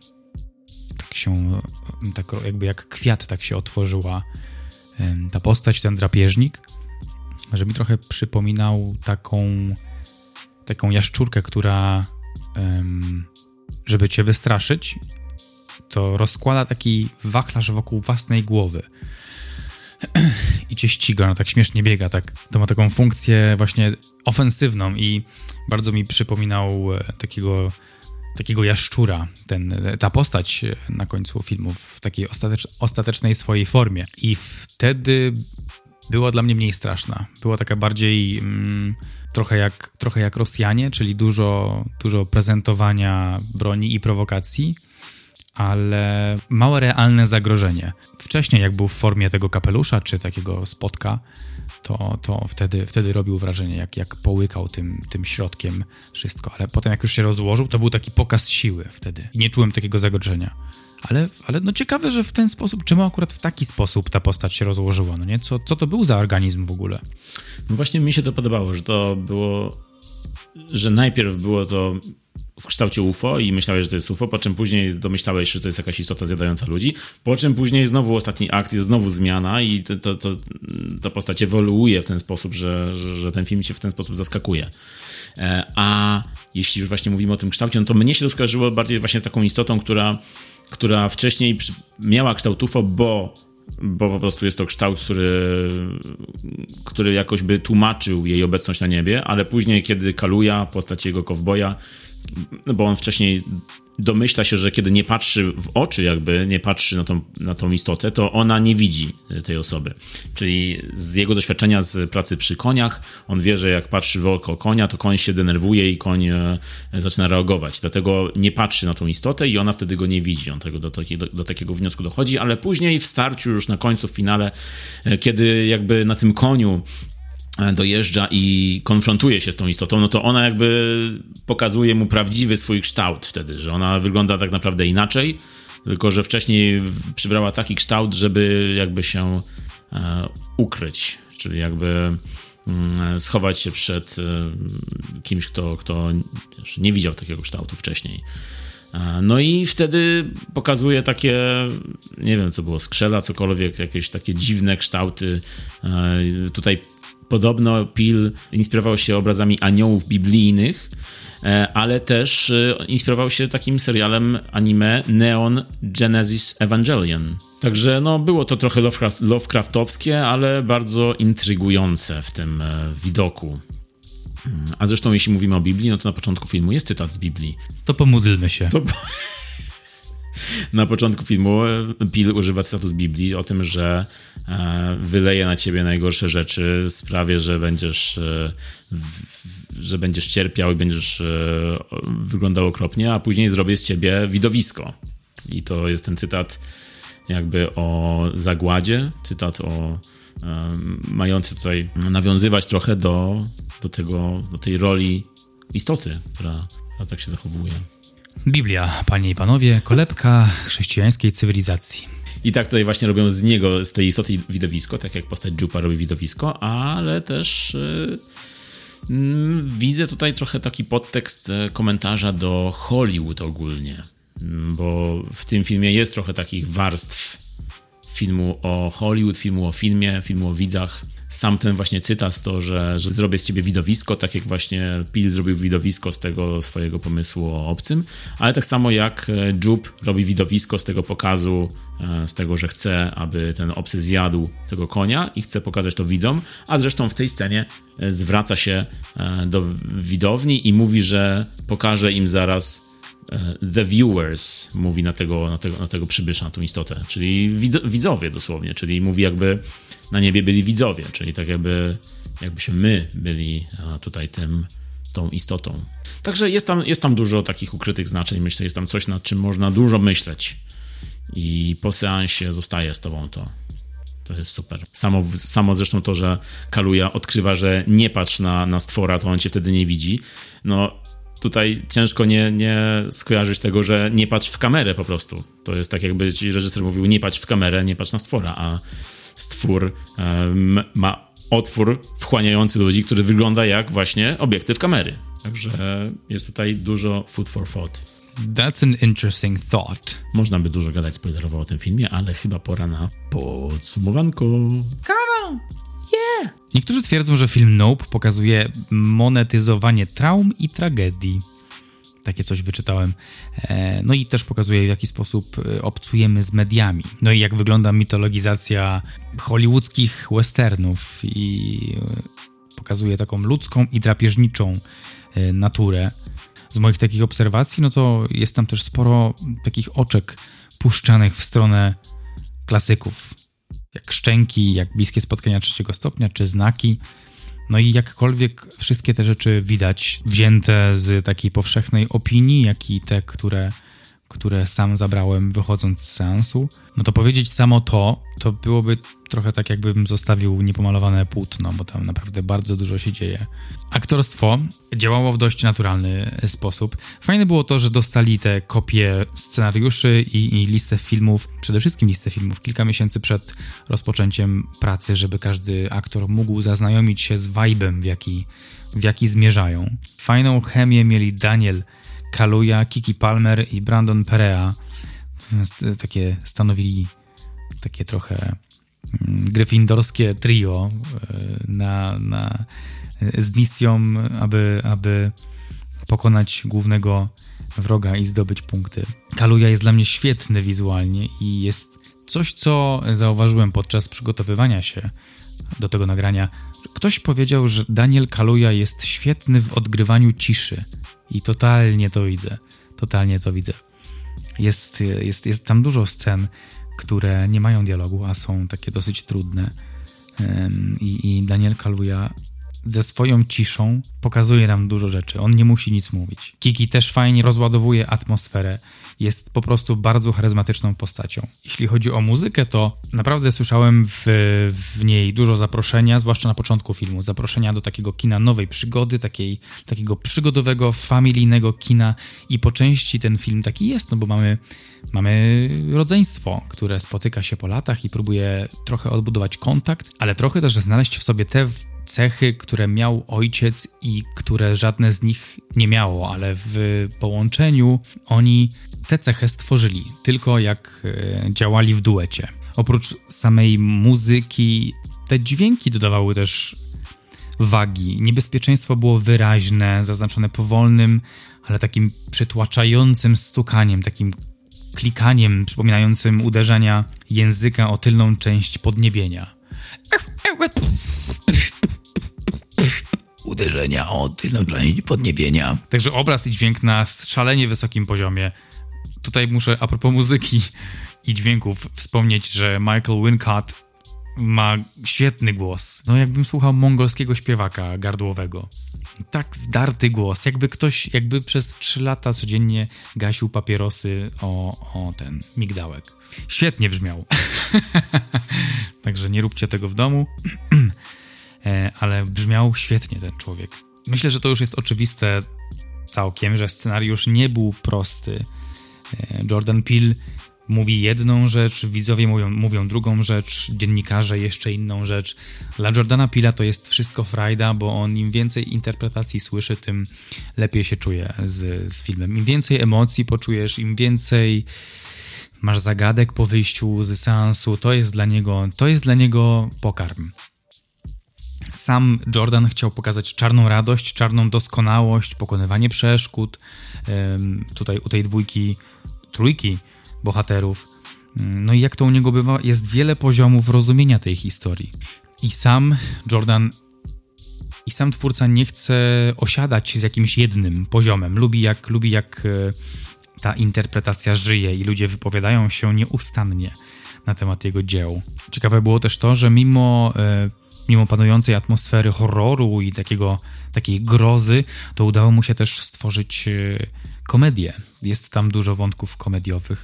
tak jakby jak kwiat tak się otworzyła ta postać, ten drapieżnik, że mi trochę przypominał taką jaszczurkę, która żeby cię wystraszyć, to rozkłada taki wachlarz wokół własnej głowy i cię ściga, ona tak śmiesznie biega, tak. To ma taką funkcję właśnie ofensywną i bardzo mi przypominał takiego jaszczura, ta postać na końcu filmu w takiej ostatecznej swojej formie. I wtedy była dla mnie mniej straszna. Była taka bardziej trochę jak Rosjanie, czyli dużo prezentowania broni i prowokacji, ale małe realne zagrożenie. Wcześniej jak był w formie tego kapelusza czy takiego spotka, to wtedy robił wrażenie, jak połykał tym środkiem wszystko. Ale potem jak już się rozłożył, to był taki pokaz siły wtedy. I nie czułem takiego zagrożenia. Ale no ciekawe, że w ten sposób, czemu akurat w taki sposób ta postać się rozłożyła, no nie? Co to był za organizm w ogóle? No właśnie mi się to podobało, że najpierw było to w kształcie UFO i myślałeś, że to jest UFO, po czym później domyślałeś się, że to jest jakaś istota zjadająca ludzi, po czym później znowu ostatni akt jest znowu zmiana i ta postać ewoluuje w ten sposób, że ten film cię w ten sposób zaskakuje. A jeśli już właśnie mówimy o tym kształcie, no to mnie się to skojarzyło bardziej właśnie z taką istotą, która wcześniej miała kształt UFO, bo po prostu jest to kształt, który jakoś by tłumaczył jej obecność na niebie, ale później, kiedy Kaluja, postać jego kowboja, no bo on wcześniej domyśla się, że kiedy nie patrzy w oczy, jakby nie patrzy na tą istotę, to ona nie widzi tej osoby. Czyli z jego doświadczenia z pracy przy koniach, on wie, że jak patrzy w oko konia, to koń się denerwuje i koń zaczyna reagować. Dlatego nie patrzy na tą istotę i ona wtedy go nie widzi. On do takiego wniosku dochodzi, ale później w starciu, już na końcu, w finale, kiedy jakby na tym koniu dojeżdża i konfrontuje się z tą istotą, no to ona jakby pokazuje mu prawdziwy swój kształt wtedy, że ona wygląda tak naprawdę inaczej, tylko że wcześniej przybrała taki kształt, żeby jakby się ukryć, czyli jakby schować się przed kimś, kto nie widział takiego kształtu wcześniej. No i wtedy pokazuje takie, nie wiem co było, skrzela, cokolwiek, jakieś takie dziwne kształty. Tutaj podobno Peele inspirował się obrazami aniołów biblijnych, ale też inspirował się takim serialem anime Neon Genesis Evangelion. Także no, było to trochę Lovecraftowskie, ale bardzo intrygujące w tym widoku. A zresztą jeśli mówimy o Biblii, no to na początku filmu jest cytat z Biblii. To pomódlmy się. Na początku filmu Peele używa cytatu z Biblii o tym, że wyleje na ciebie najgorsze rzeczy, sprawię, że będziesz cierpiał i będziesz wyglądał okropnie, a później zrobię z ciebie widowisko. I to jest ten cytat jakby o zagładzie, cytat mający tutaj nawiązywać trochę do tej roli istoty, która tak się zachowuje. Biblia, panie i panowie, kolebka chrześcijańskiej cywilizacji. I tak tutaj właśnie robią z tej istoty widowisko, tak jak postać Jupa robi widowisko, ale też widzę tutaj trochę taki podtekst komentarza do Hollywood ogólnie, bo w tym filmie jest trochę takich warstw filmu o Hollywood, filmu o filmie, filmu o widzach. Sam ten właśnie cytat to, że zrobię z ciebie widowisko, tak jak właśnie Peele zrobił widowisko z tego swojego pomysłu o obcym, ale tak samo jak Jup robi widowisko z tego pokazu, z tego, że chce, aby ten obcy zjadł tego konia i chce pokazać to widzom, a zresztą w tej scenie zwraca się do widowni i mówi, że pokaże im zaraz the viewers, mówi na tego przybysza, na tą istotę, czyli widzowie dosłownie, czyli mówi jakby na niebie byli widzowie, czyli tak jakbyśmy my byli tutaj tą istotą. Także jest tam dużo takich ukrytych znaczeń, myślę, jest tam coś, nad czym można dużo myśleć, i po seansie zostaje z tobą to jest super. Samo zresztą to, że Kaluuya odkrywa, że nie patrz na stwora, to on cię wtedy nie widzi. No tutaj ciężko nie skojarzyć tego, że nie patrz w kamerę po prostu. To jest tak, jakby ci reżyser mówił, nie patrz w kamerę, nie patrz na stwora, a stwór ma otwór wchłaniający ludzi, który wygląda jak właśnie obiektyw kamery. Także jest tutaj dużo food for thought. That's an interesting thought. Można by dużo gadać spoilerowo o tym filmie, ale chyba pora na podsumowanko. Come on! Yeah! Niektórzy twierdzą, że film Nope pokazuje monetyzowanie traum i tragedii. Takie coś wyczytałem. No i też pokazuje, w jaki sposób obcujemy z mediami. No i jak wygląda mitologizacja hollywoodzkich westernów i pokazuje taką ludzką i drapieżniczą naturę. Z moich takich obserwacji, no to jest tam też sporo takich oczek puszczanych w stronę klasyków. Jak Szczęki, jak Bliskie spotkania trzeciego stopnia, czy Znaki. No i jakkolwiek wszystkie te rzeczy widać wzięte z takiej powszechnej opinii, jak i te, które sam zabrałem wychodząc z seansu, no to powiedzieć samo to byłoby trochę tak, jakbym zostawił niepomalowane płótno, bo tam naprawdę bardzo dużo się dzieje. Aktorstwo działało w dość naturalny sposób. Fajne było to, że dostali te kopie scenariuszy i listę filmów, przede wszystkim listę filmów, kilka miesięcy przed rozpoczęciem pracy, żeby każdy aktor mógł zaznajomić się z vibe'em, w jaki zmierzają. Fajną chemię mieli Daniel Kaluuya, Kiki Palmer i Brandon Perea. Takie stanowili takie trochę gryffindorskie trio z misją, aby pokonać głównego wroga i zdobyć punkty. Kaluuya jest dla mnie świetny wizualnie i jest coś, co zauważyłem podczas przygotowywania się do tego nagrania. Ktoś powiedział, że Daniel Kaluuya jest świetny w odgrywaniu ciszy i totalnie to widzę. Jest tam dużo scen, które nie mają dialogu, a są takie dosyć trudne. I Daniel Kaluuya ze swoją ciszą pokazuje nam dużo rzeczy. On nie musi nic mówić. Kiki też fajnie rozładowuje atmosferę. Jest po prostu bardzo charyzmatyczną postacią. Jeśli chodzi o muzykę, to naprawdę słyszałem w niej dużo zaproszenia, zwłaszcza na początku filmu. Zaproszenia do takiego kina nowej przygody, takiego przygodowego, familijnego kina i po części ten film taki jest, no bo mamy rodzeństwo, które spotyka się po latach i próbuje trochę odbudować kontakt, ale trochę też znaleźć w sobie te cechy, które miał ojciec i które żadne z nich nie miało, ale w połączeniu oni tę cechę stworzyli, tylko jak działali w duecie. Oprócz samej muzyki, te dźwięki dodawały też wagi. Niebezpieczeństwo było wyraźne, zaznaczone powolnym, ale takim przytłaczającym stukaniem, takim klikaniem przypominającym uderzenia języka o tylną część podniebienia. Uderzenia o tylną część podniebienia. Także obraz i dźwięk na szalenie wysokim poziomie. Tutaj muszę, a propos muzyki i dźwięków, wspomnieć, że Michael Wincott ma świetny głos. No jakbym słuchał mongolskiego śpiewaka gardłowego. Tak zdarty głos, jakby przez 3 lata codziennie gasił papierosy o ten migdałek. Świetnie brzmiał. Także nie róbcie tego w domu. Ale brzmiał świetnie ten człowiek. Myślę, że to już jest oczywiste całkiem, że scenariusz nie był prosty. Jordan Peele mówi jedną rzecz, widzowie mówią drugą rzecz, dziennikarze jeszcze inną rzecz. Dla Jordana Peele'a to jest wszystko frajda, bo on im więcej interpretacji słyszy, tym lepiej się czuje z filmem. Im więcej emocji poczujesz, im więcej masz zagadek po wyjściu z seansu, to jest dla niego pokarm. Sam Jordan chciał pokazać czarną radość, czarną doskonałość, pokonywanie przeszkód. Tutaj u tej trójki bohaterów. No i jak to u niego bywa, jest wiele poziomów rozumienia tej historii. I sam Jordan, i sam twórca nie chce osiadać z jakimś jednym poziomem. Lubi jak ta interpretacja żyje i ludzie wypowiadają się nieustannie na temat jego dzieł. Ciekawe było też to, że mimo panującej atmosfery horroru i takiej grozy, to udało mu się też stworzyć komedię. Jest tam dużo wątków komediowych.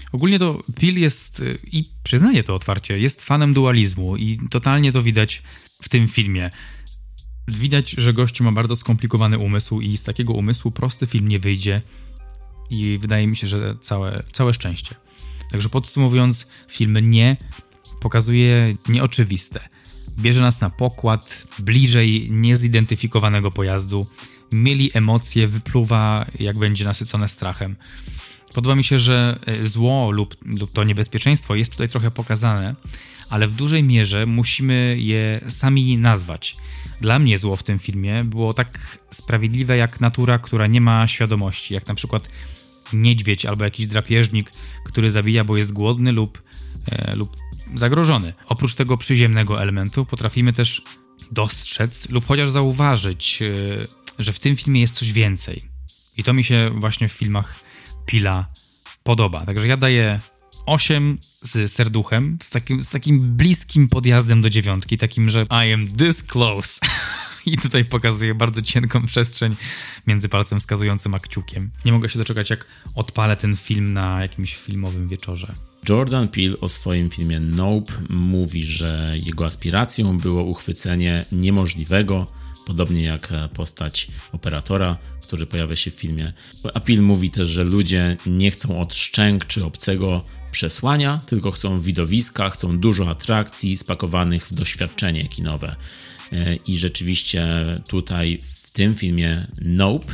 Ogólnie to Peele jest, i przyznaję to otwarcie, jest fanem dualizmu i totalnie to widać w tym filmie. Widać, że gościu ma bardzo skomplikowany umysł i z takiego umysłu prosty film nie wyjdzie i wydaje mi się, że całe szczęście. Także podsumowując, film nie pokazuje nieoczywiste. Bierze nas na pokład bliżej niezidentyfikowanego pojazdu, mieli emocje, wypluwa jak będzie nasycone strachem. Podoba mi się, że zło lub to niebezpieczeństwo jest tutaj trochę pokazane, ale w dużej mierze musimy je sami nazwać. Dla mnie zło w tym filmie było tak sprawiedliwe jak natura, która nie ma świadomości, jak na przykład niedźwiedź albo jakiś drapieżnik, który zabija, bo jest głodny lub zagrożony. Oprócz tego przyziemnego elementu potrafimy też dostrzec lub chociaż zauważyć, że w tym filmie jest coś więcej. I to mi się właśnie w filmach Peela podoba. Także ja daję 8 z serduchem, z takim bliskim podjazdem do 9, takim, że I am this close. I tutaj pokazuję bardzo cienką przestrzeń między palcem wskazującym a kciukiem. Nie mogę się doczekać, jak odpalę ten film na jakimś filmowym wieczorze. Jordan Peele o swoim filmie Nope mówi, że jego aspiracją było uchwycenie niemożliwego, podobnie jak postać operatora, który pojawia się w filmie. A Peele mówi też, że ludzie nie chcą od szczęk czy obcego przesłania, tylko chcą widowiska, chcą dużo atrakcji spakowanych w doświadczenie kinowe. I rzeczywiście tutaj w tym filmie Nope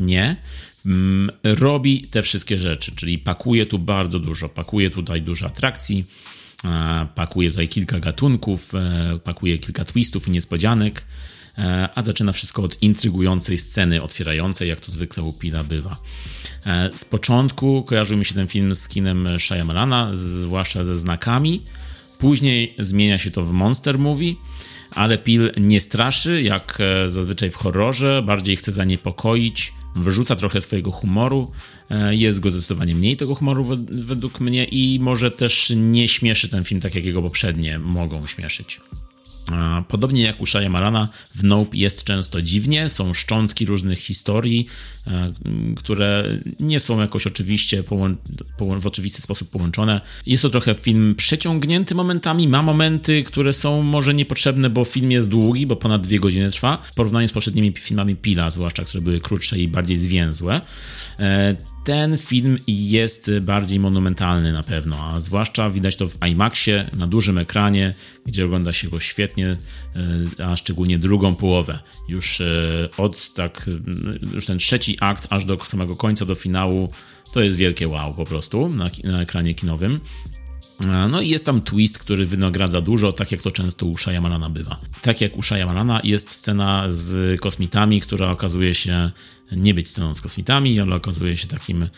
robi te wszystkie rzeczy, czyli pakuje tu bardzo dużo, pakuje tutaj dużo atrakcji, pakuje tutaj kilka gatunków, pakuje kilka twistów i niespodzianek, a zaczyna wszystko od intrygującej sceny otwierającej, jak to zwykle u Peela bywa. Z początku kojarzył mi się ten film z kinem Shyamalana, zwłaszcza ze znakami. Później zmienia się to w Monster Movie, ale Peele nie straszy, jak zazwyczaj w horrorze, bardziej chce zaniepokoić, wyrzuca trochę swojego humoru, jest go zdecydowanie mniej tego humoru według mnie i może też nie śmieszy ten film tak, jak jego poprzednie mogą śmieszyć. Podobnie jak u Shyamalana, w Nope jest często dziwnie, są szczątki różnych historii, które nie są jakoś oczywiście w oczywisty sposób połączone. Jest to trochę film przeciągnięty momentami, ma momenty, które są może niepotrzebne, bo film jest długi, bo ponad 2 godziny trwa, w porównaniu z poprzednimi filmami Peela, zwłaszcza, które były krótsze i bardziej zwięzłe. Ten film jest bardziej monumentalny na pewno, a zwłaszcza widać to w IMAXie, na dużym ekranie, gdzie ogląda się go świetnie, a szczególnie drugą połowę. Już ten trzeci akt, aż do samego końca, do finału, to jest wielkie wow po prostu na ekranie kinowym. No i jest tam twist, który wynagradza dużo, tak jak to często u Shyamalana bywa. Tak jak u Shyamalana jest scena z kosmitami, która okazuje się nie być sceną z kosmitami, ale okazuje się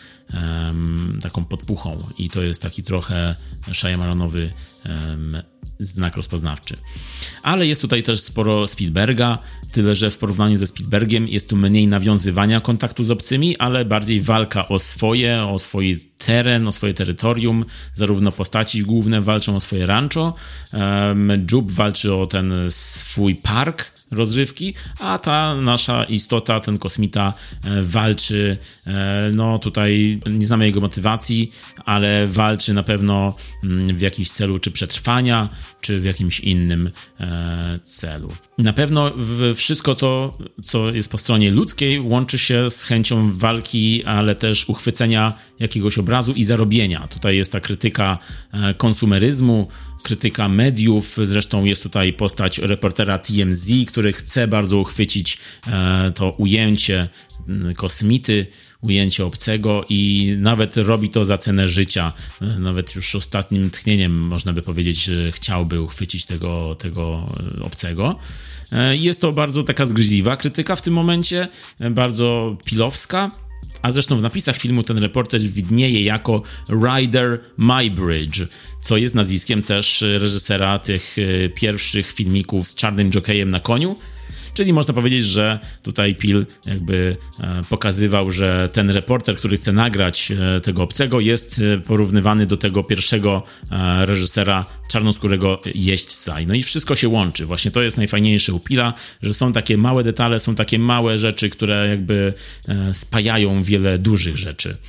taką podpuchą i to jest taki trochę Shyamalanowy znak rozpoznawczy. Ale jest tutaj też sporo Spielberga, tyle że w porównaniu ze Spielbergiem jest tu mniej nawiązywania kontaktu z obcymi, ale bardziej walka o swój teren, o swoje terytorium. Zarówno postaci główne walczą o swoje rancho, Jup walczy o ten swój park rozrywki, a ta nasza istota, ten kosmita walczy, no tutaj nie znamy jego motywacji, ale walczy na pewno w jakimś celu czy przetrwania, czy w jakimś innym celu. Na pewno wszystko to, co jest po stronie ludzkiej, łączy się z chęcią walki, ale też uchwycenia jakiegoś obrazu i zarobienia. Tutaj jest ta krytyka konsumeryzmu, krytyka mediów, zresztą jest tutaj postać reportera TMZ, który chce bardzo uchwycić to ujęcie kosmity, ujęcie obcego i nawet robi to za cenę życia. Nawet już ostatnim tchnieniem można by powiedzieć, że chciałby uchwycić tego obcego. Jest to bardzo taka zgryźliwa krytyka w tym momencie, bardzo pilowska. A zresztą w napisach filmu ten reporter widnieje jako Ryder Muybridge, co jest nazwiskiem też reżysera tych pierwszych filmików z czarnym jockeyem na koniu. Czyli można powiedzieć, że tutaj Peele jakby pokazywał, że ten reporter, który chce nagrać tego obcego, jest porównywany do tego pierwszego reżysera czarnoskórego jeźdźca. No i wszystko się łączy. Właśnie to jest najfajniejsze u Peela, że są takie małe detale, są takie małe rzeczy, które jakby spajają wiele dużych rzeczy.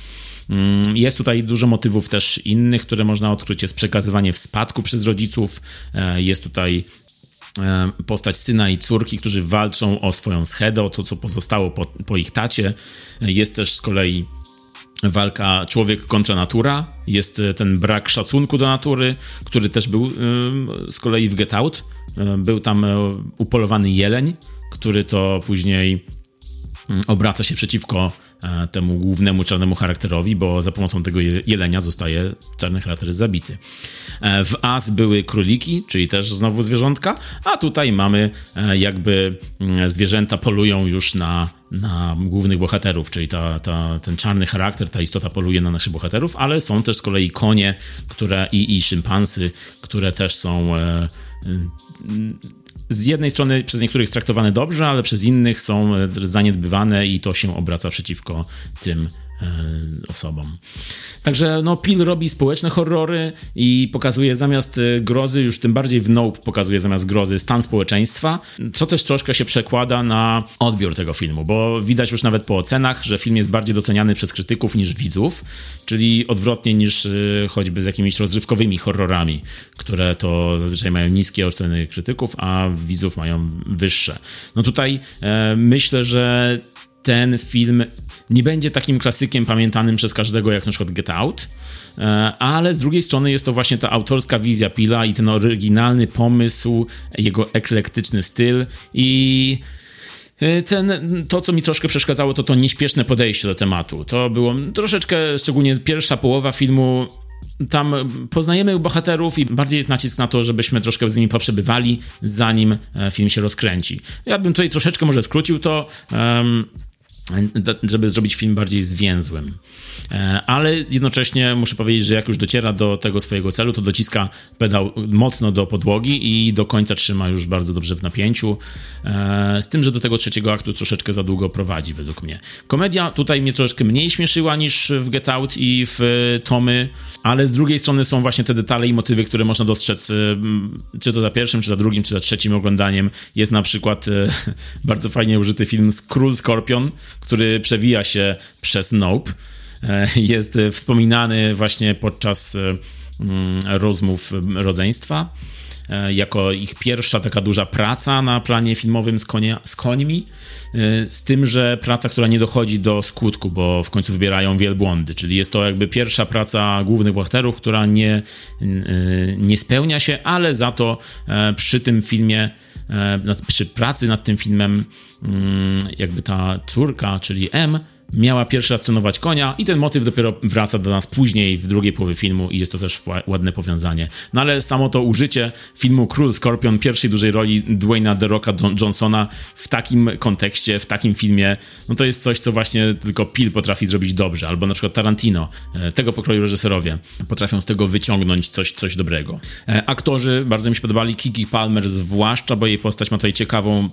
Jest tutaj dużo motywów też innych, które można odkryć. Jest przekazywanie w spadku przez rodziców. Jest tutaj postać syna i córki, którzy walczą o swoją schedę, o to, co pozostało po ich tacie. Jest też z kolei walka człowiek kontra natura. Jest ten brak szacunku do natury, który też był z kolei w Get Out. Był tam upolowany jeleń, który to później obraca się przeciwko temu głównemu czarnemu charakterowi, bo za pomocą tego jelenia zostaje czarny charakter zabity. W Us były króliki, czyli też znowu zwierzątka, a tutaj mamy jakby zwierzęta polują już na głównych bohaterów, czyli ten czarny charakter, ta istota poluje na naszych bohaterów, ale są też z kolei konie, i szympansy, które też są z jednej strony przez niektórych traktowane dobrze, ale przez innych są zaniedbywane i to się obraca przeciwko tym osobom. Także Peele robi społeczne horrory i pokazuje zamiast grozy, już tym bardziej w Nope pokazuje zamiast grozy stan społeczeństwa, co też troszkę się przekłada na odbiór tego filmu, bo widać już nawet po ocenach, że film jest bardziej doceniany przez krytyków niż widzów, czyli odwrotnie niż choćby z jakimiś rozrywkowymi horrorami, które to zazwyczaj mają niskie oceny krytyków, a widzów mają wyższe. Tutaj myślę, że ten film nie będzie takim klasykiem pamiętanym przez każdego jak na przykład Get Out, ale z drugiej strony jest to właśnie ta autorska wizja Peela i ten oryginalny pomysł, jego eklektyczny styl i to, co mi troszkę przeszkadzało, to nieśpieszne podejście do tematu. To było troszeczkę, szczególnie pierwsza połowa filmu, tam poznajemy bohaterów i bardziej jest nacisk na to, żebyśmy troszkę z nimi poprzebywali, zanim film się rozkręci. Ja bym tutaj troszeczkę może skrócił to, żeby zrobić film bardziej zwięzłym. Ale jednocześnie muszę powiedzieć, że jak już dociera do tego swojego celu, to dociska pedał mocno do podłogi i do końca trzyma już bardzo dobrze w napięciu. Z tym, że do tego trzeciego aktu troszeczkę za długo prowadzi według mnie. Komedia tutaj mnie troszeczkę mniej śmieszyła niż w Get Out i w Tommy, ale z drugiej strony są właśnie te detale i motywy, które można dostrzec, czy to za pierwszym, czy za drugim, czy za trzecim oglądaniem. Jest na przykład bardzo fajnie użyty film Król Skorpion, który przewija się przez Nope. Jest wspominany właśnie podczas rozmów rodzeństwa jako ich pierwsza taka duża praca na planie filmowym z końmi, z tym, że praca, która nie dochodzi do skutku, bo w końcu wybierają wielbłądy, czyli jest to jakby pierwsza praca głównych bohaterów, która nie spełnia się, ale za to przy tym filmie, przy pracy nad tym filmem jakby ta córka, czyli M, miała pierwszy raz trenować konia i ten motyw dopiero wraca do nas później w drugiej połowie filmu i jest to też ładne powiązanie. Ale samo to użycie filmu Król Skorpion, pierwszej dużej roli Dwayna The Rocka Johnsona w takim kontekście, w takim filmie, to jest coś, co właśnie tylko Peele potrafi zrobić dobrze, albo na przykład Tarantino, tego pokroju reżyserowie potrafią z tego wyciągnąć coś dobrego. Aktorzy bardzo mi się podobali, Keke Palmer zwłaszcza, bo jej postać ma tutaj ciekawą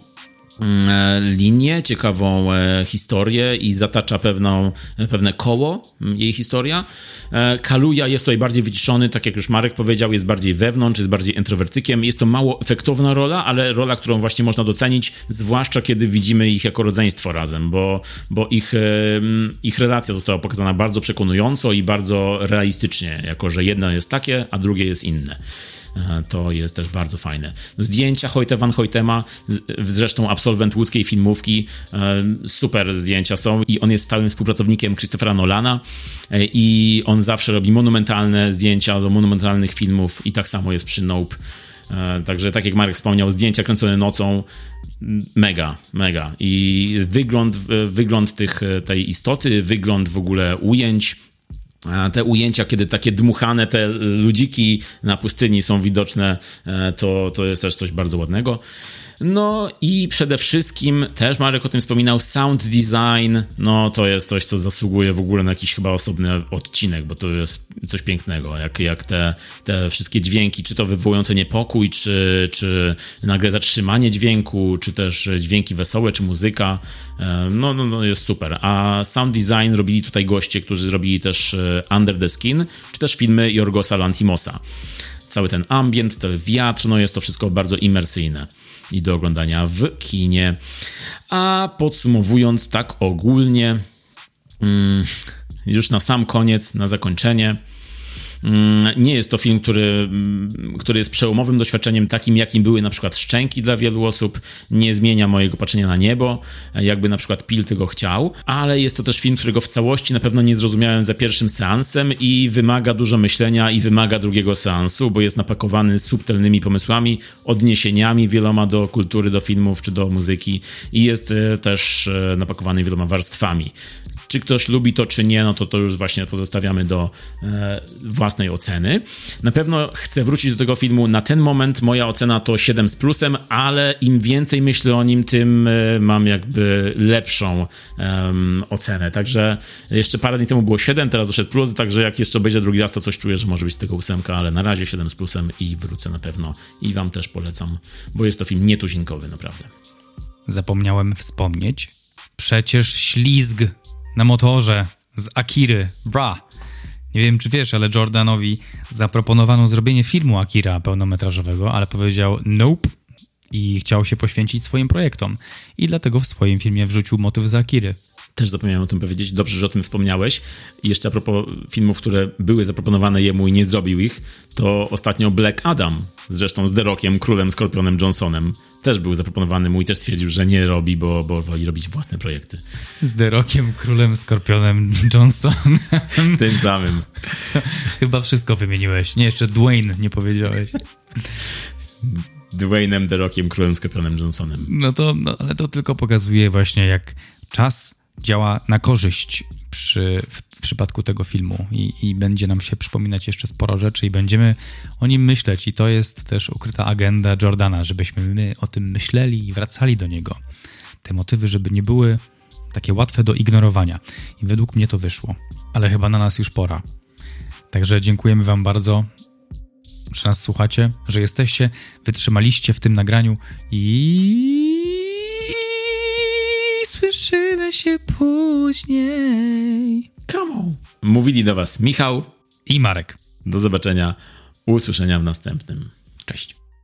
linię, ciekawą historię i zatacza pewne koło jej historia. Kaluuya jest tutaj bardziej wyciszony, tak jak już Marek powiedział, jest bardziej wewnątrz, jest bardziej introwertykiem. Jest to mało efektowna rola, ale rola, którą właśnie można docenić, zwłaszcza kiedy widzimy ich jako rodzeństwo razem, bo ich relacja została pokazana bardzo przekonująco i bardzo realistycznie, jako że jedno jest takie, a drugie jest inne. To jest też bardzo fajne. Zdjęcia Hoyte van Hoytema, zresztą absolwent łódzkiej filmówki, super zdjęcia są i on jest stałym współpracownikiem Christophera Nolana i on zawsze robi monumentalne zdjęcia do monumentalnych filmów i tak samo jest przy Nope. Także tak jak Marek wspomniał, zdjęcia kręcone nocą, mega. I wygląd tej istoty, wygląd w ogóle ujęć, te ujęcia, kiedy takie dmuchane te ludziki na pustyni są widoczne, to jest też coś bardzo ładnego. No i przede wszystkim, też Marek o tym wspominał, sound design, to jest coś, co zasługuje w ogóle na jakiś chyba osobny odcinek, bo to jest coś pięknego, jak te wszystkie dźwięki, czy to wywołujące niepokój, czy nagle zatrzymanie dźwięku, czy też dźwięki wesołe, czy muzyka, jest super. A sound design robili tutaj goście, którzy zrobili też Under the Skin, czy też filmy Jorgosa Lanthimosa. Cały ten ambient, cały wiatr, jest to wszystko bardzo imersyjne i do oglądania w kinie. A podsumowując tak ogólnie, już na sam koniec, na zakończenie. Nie jest to film, który jest przełomowym doświadczeniem, takim jakim były na przykład Szczęki dla wielu osób. Nie zmienia mojego patrzenia na niebo, jakby na przykład Peele tego chciał, ale jest to też film, którego w całości na pewno nie zrozumiałem za pierwszym seansem i wymaga dużo myślenia i wymaga drugiego seansu, bo jest napakowany subtelnymi pomysłami, odniesieniami wieloma do kultury, do filmów czy do muzyki i jest też napakowany wieloma warstwami. Czy ktoś lubi to, czy nie, no to już właśnie pozostawiamy do własnej oceny. Na pewno chcę wrócić do tego filmu. Na ten moment moja ocena to 7 z plusem, ale im więcej myślę o nim, tym mam jakby lepszą ocenę. Także jeszcze parę dni temu było 7, teraz doszedł plus, także jak jeszcze obejrzę drugi raz, to coś czuję, że może być z tego 8, ale na razie 7 z plusem i wrócę na pewno. I wam też polecam, bo jest to film nietuzinkowy, naprawdę. Zapomniałem wspomnieć, przecież ślizg na motorze z Akiry, Nie wiem, czy wiesz, ale Jordanowi zaproponowano zrobienie filmu Akira pełnometrażowego, ale powiedział nope i chciał się poświęcić swoim projektom. I dlatego w swoim filmie wrzucił motyw z Akiry. Też zapomniałem o tym powiedzieć. Dobrze, że o tym wspomniałeś. I jeszcze a propos filmów, które były zaproponowane jemu i nie zrobił ich, to ostatnio Black Adam, zresztą z The Rockiem, Królem Skorpionem Johnsonem, też był zaproponowany mu i też stwierdził, że nie robi, bo woli robić własne projekty. Z The Rockiem, Królem Skorpionem Johnsonem. Tym samym. Chyba wszystko wymieniłeś. Nie, jeszcze Dwayne nie powiedziałeś. Dwaynem, The Rockiem, Królem Skorpionem Johnsonem. Ale to tylko pokazuje właśnie, jak czas działa na korzyść w przypadku tego filmu i będzie nam się przypominać jeszcze sporo rzeczy i będziemy o nim myśleć i to jest też ukryta agenda Jordana, żebyśmy my o tym myśleli i wracali do niego. Te motywy, żeby nie były takie łatwe do ignorowania i według mnie to wyszło, ale chyba na nas już pora. Także dziękujemy wam bardzo, że nas słuchacie, że jesteście, wytrzymaliście w tym nagraniu i słyszymy się później. Come on. Mówili do was Michał i Marek. Do zobaczenia, usłyszenia w następnym. Cześć.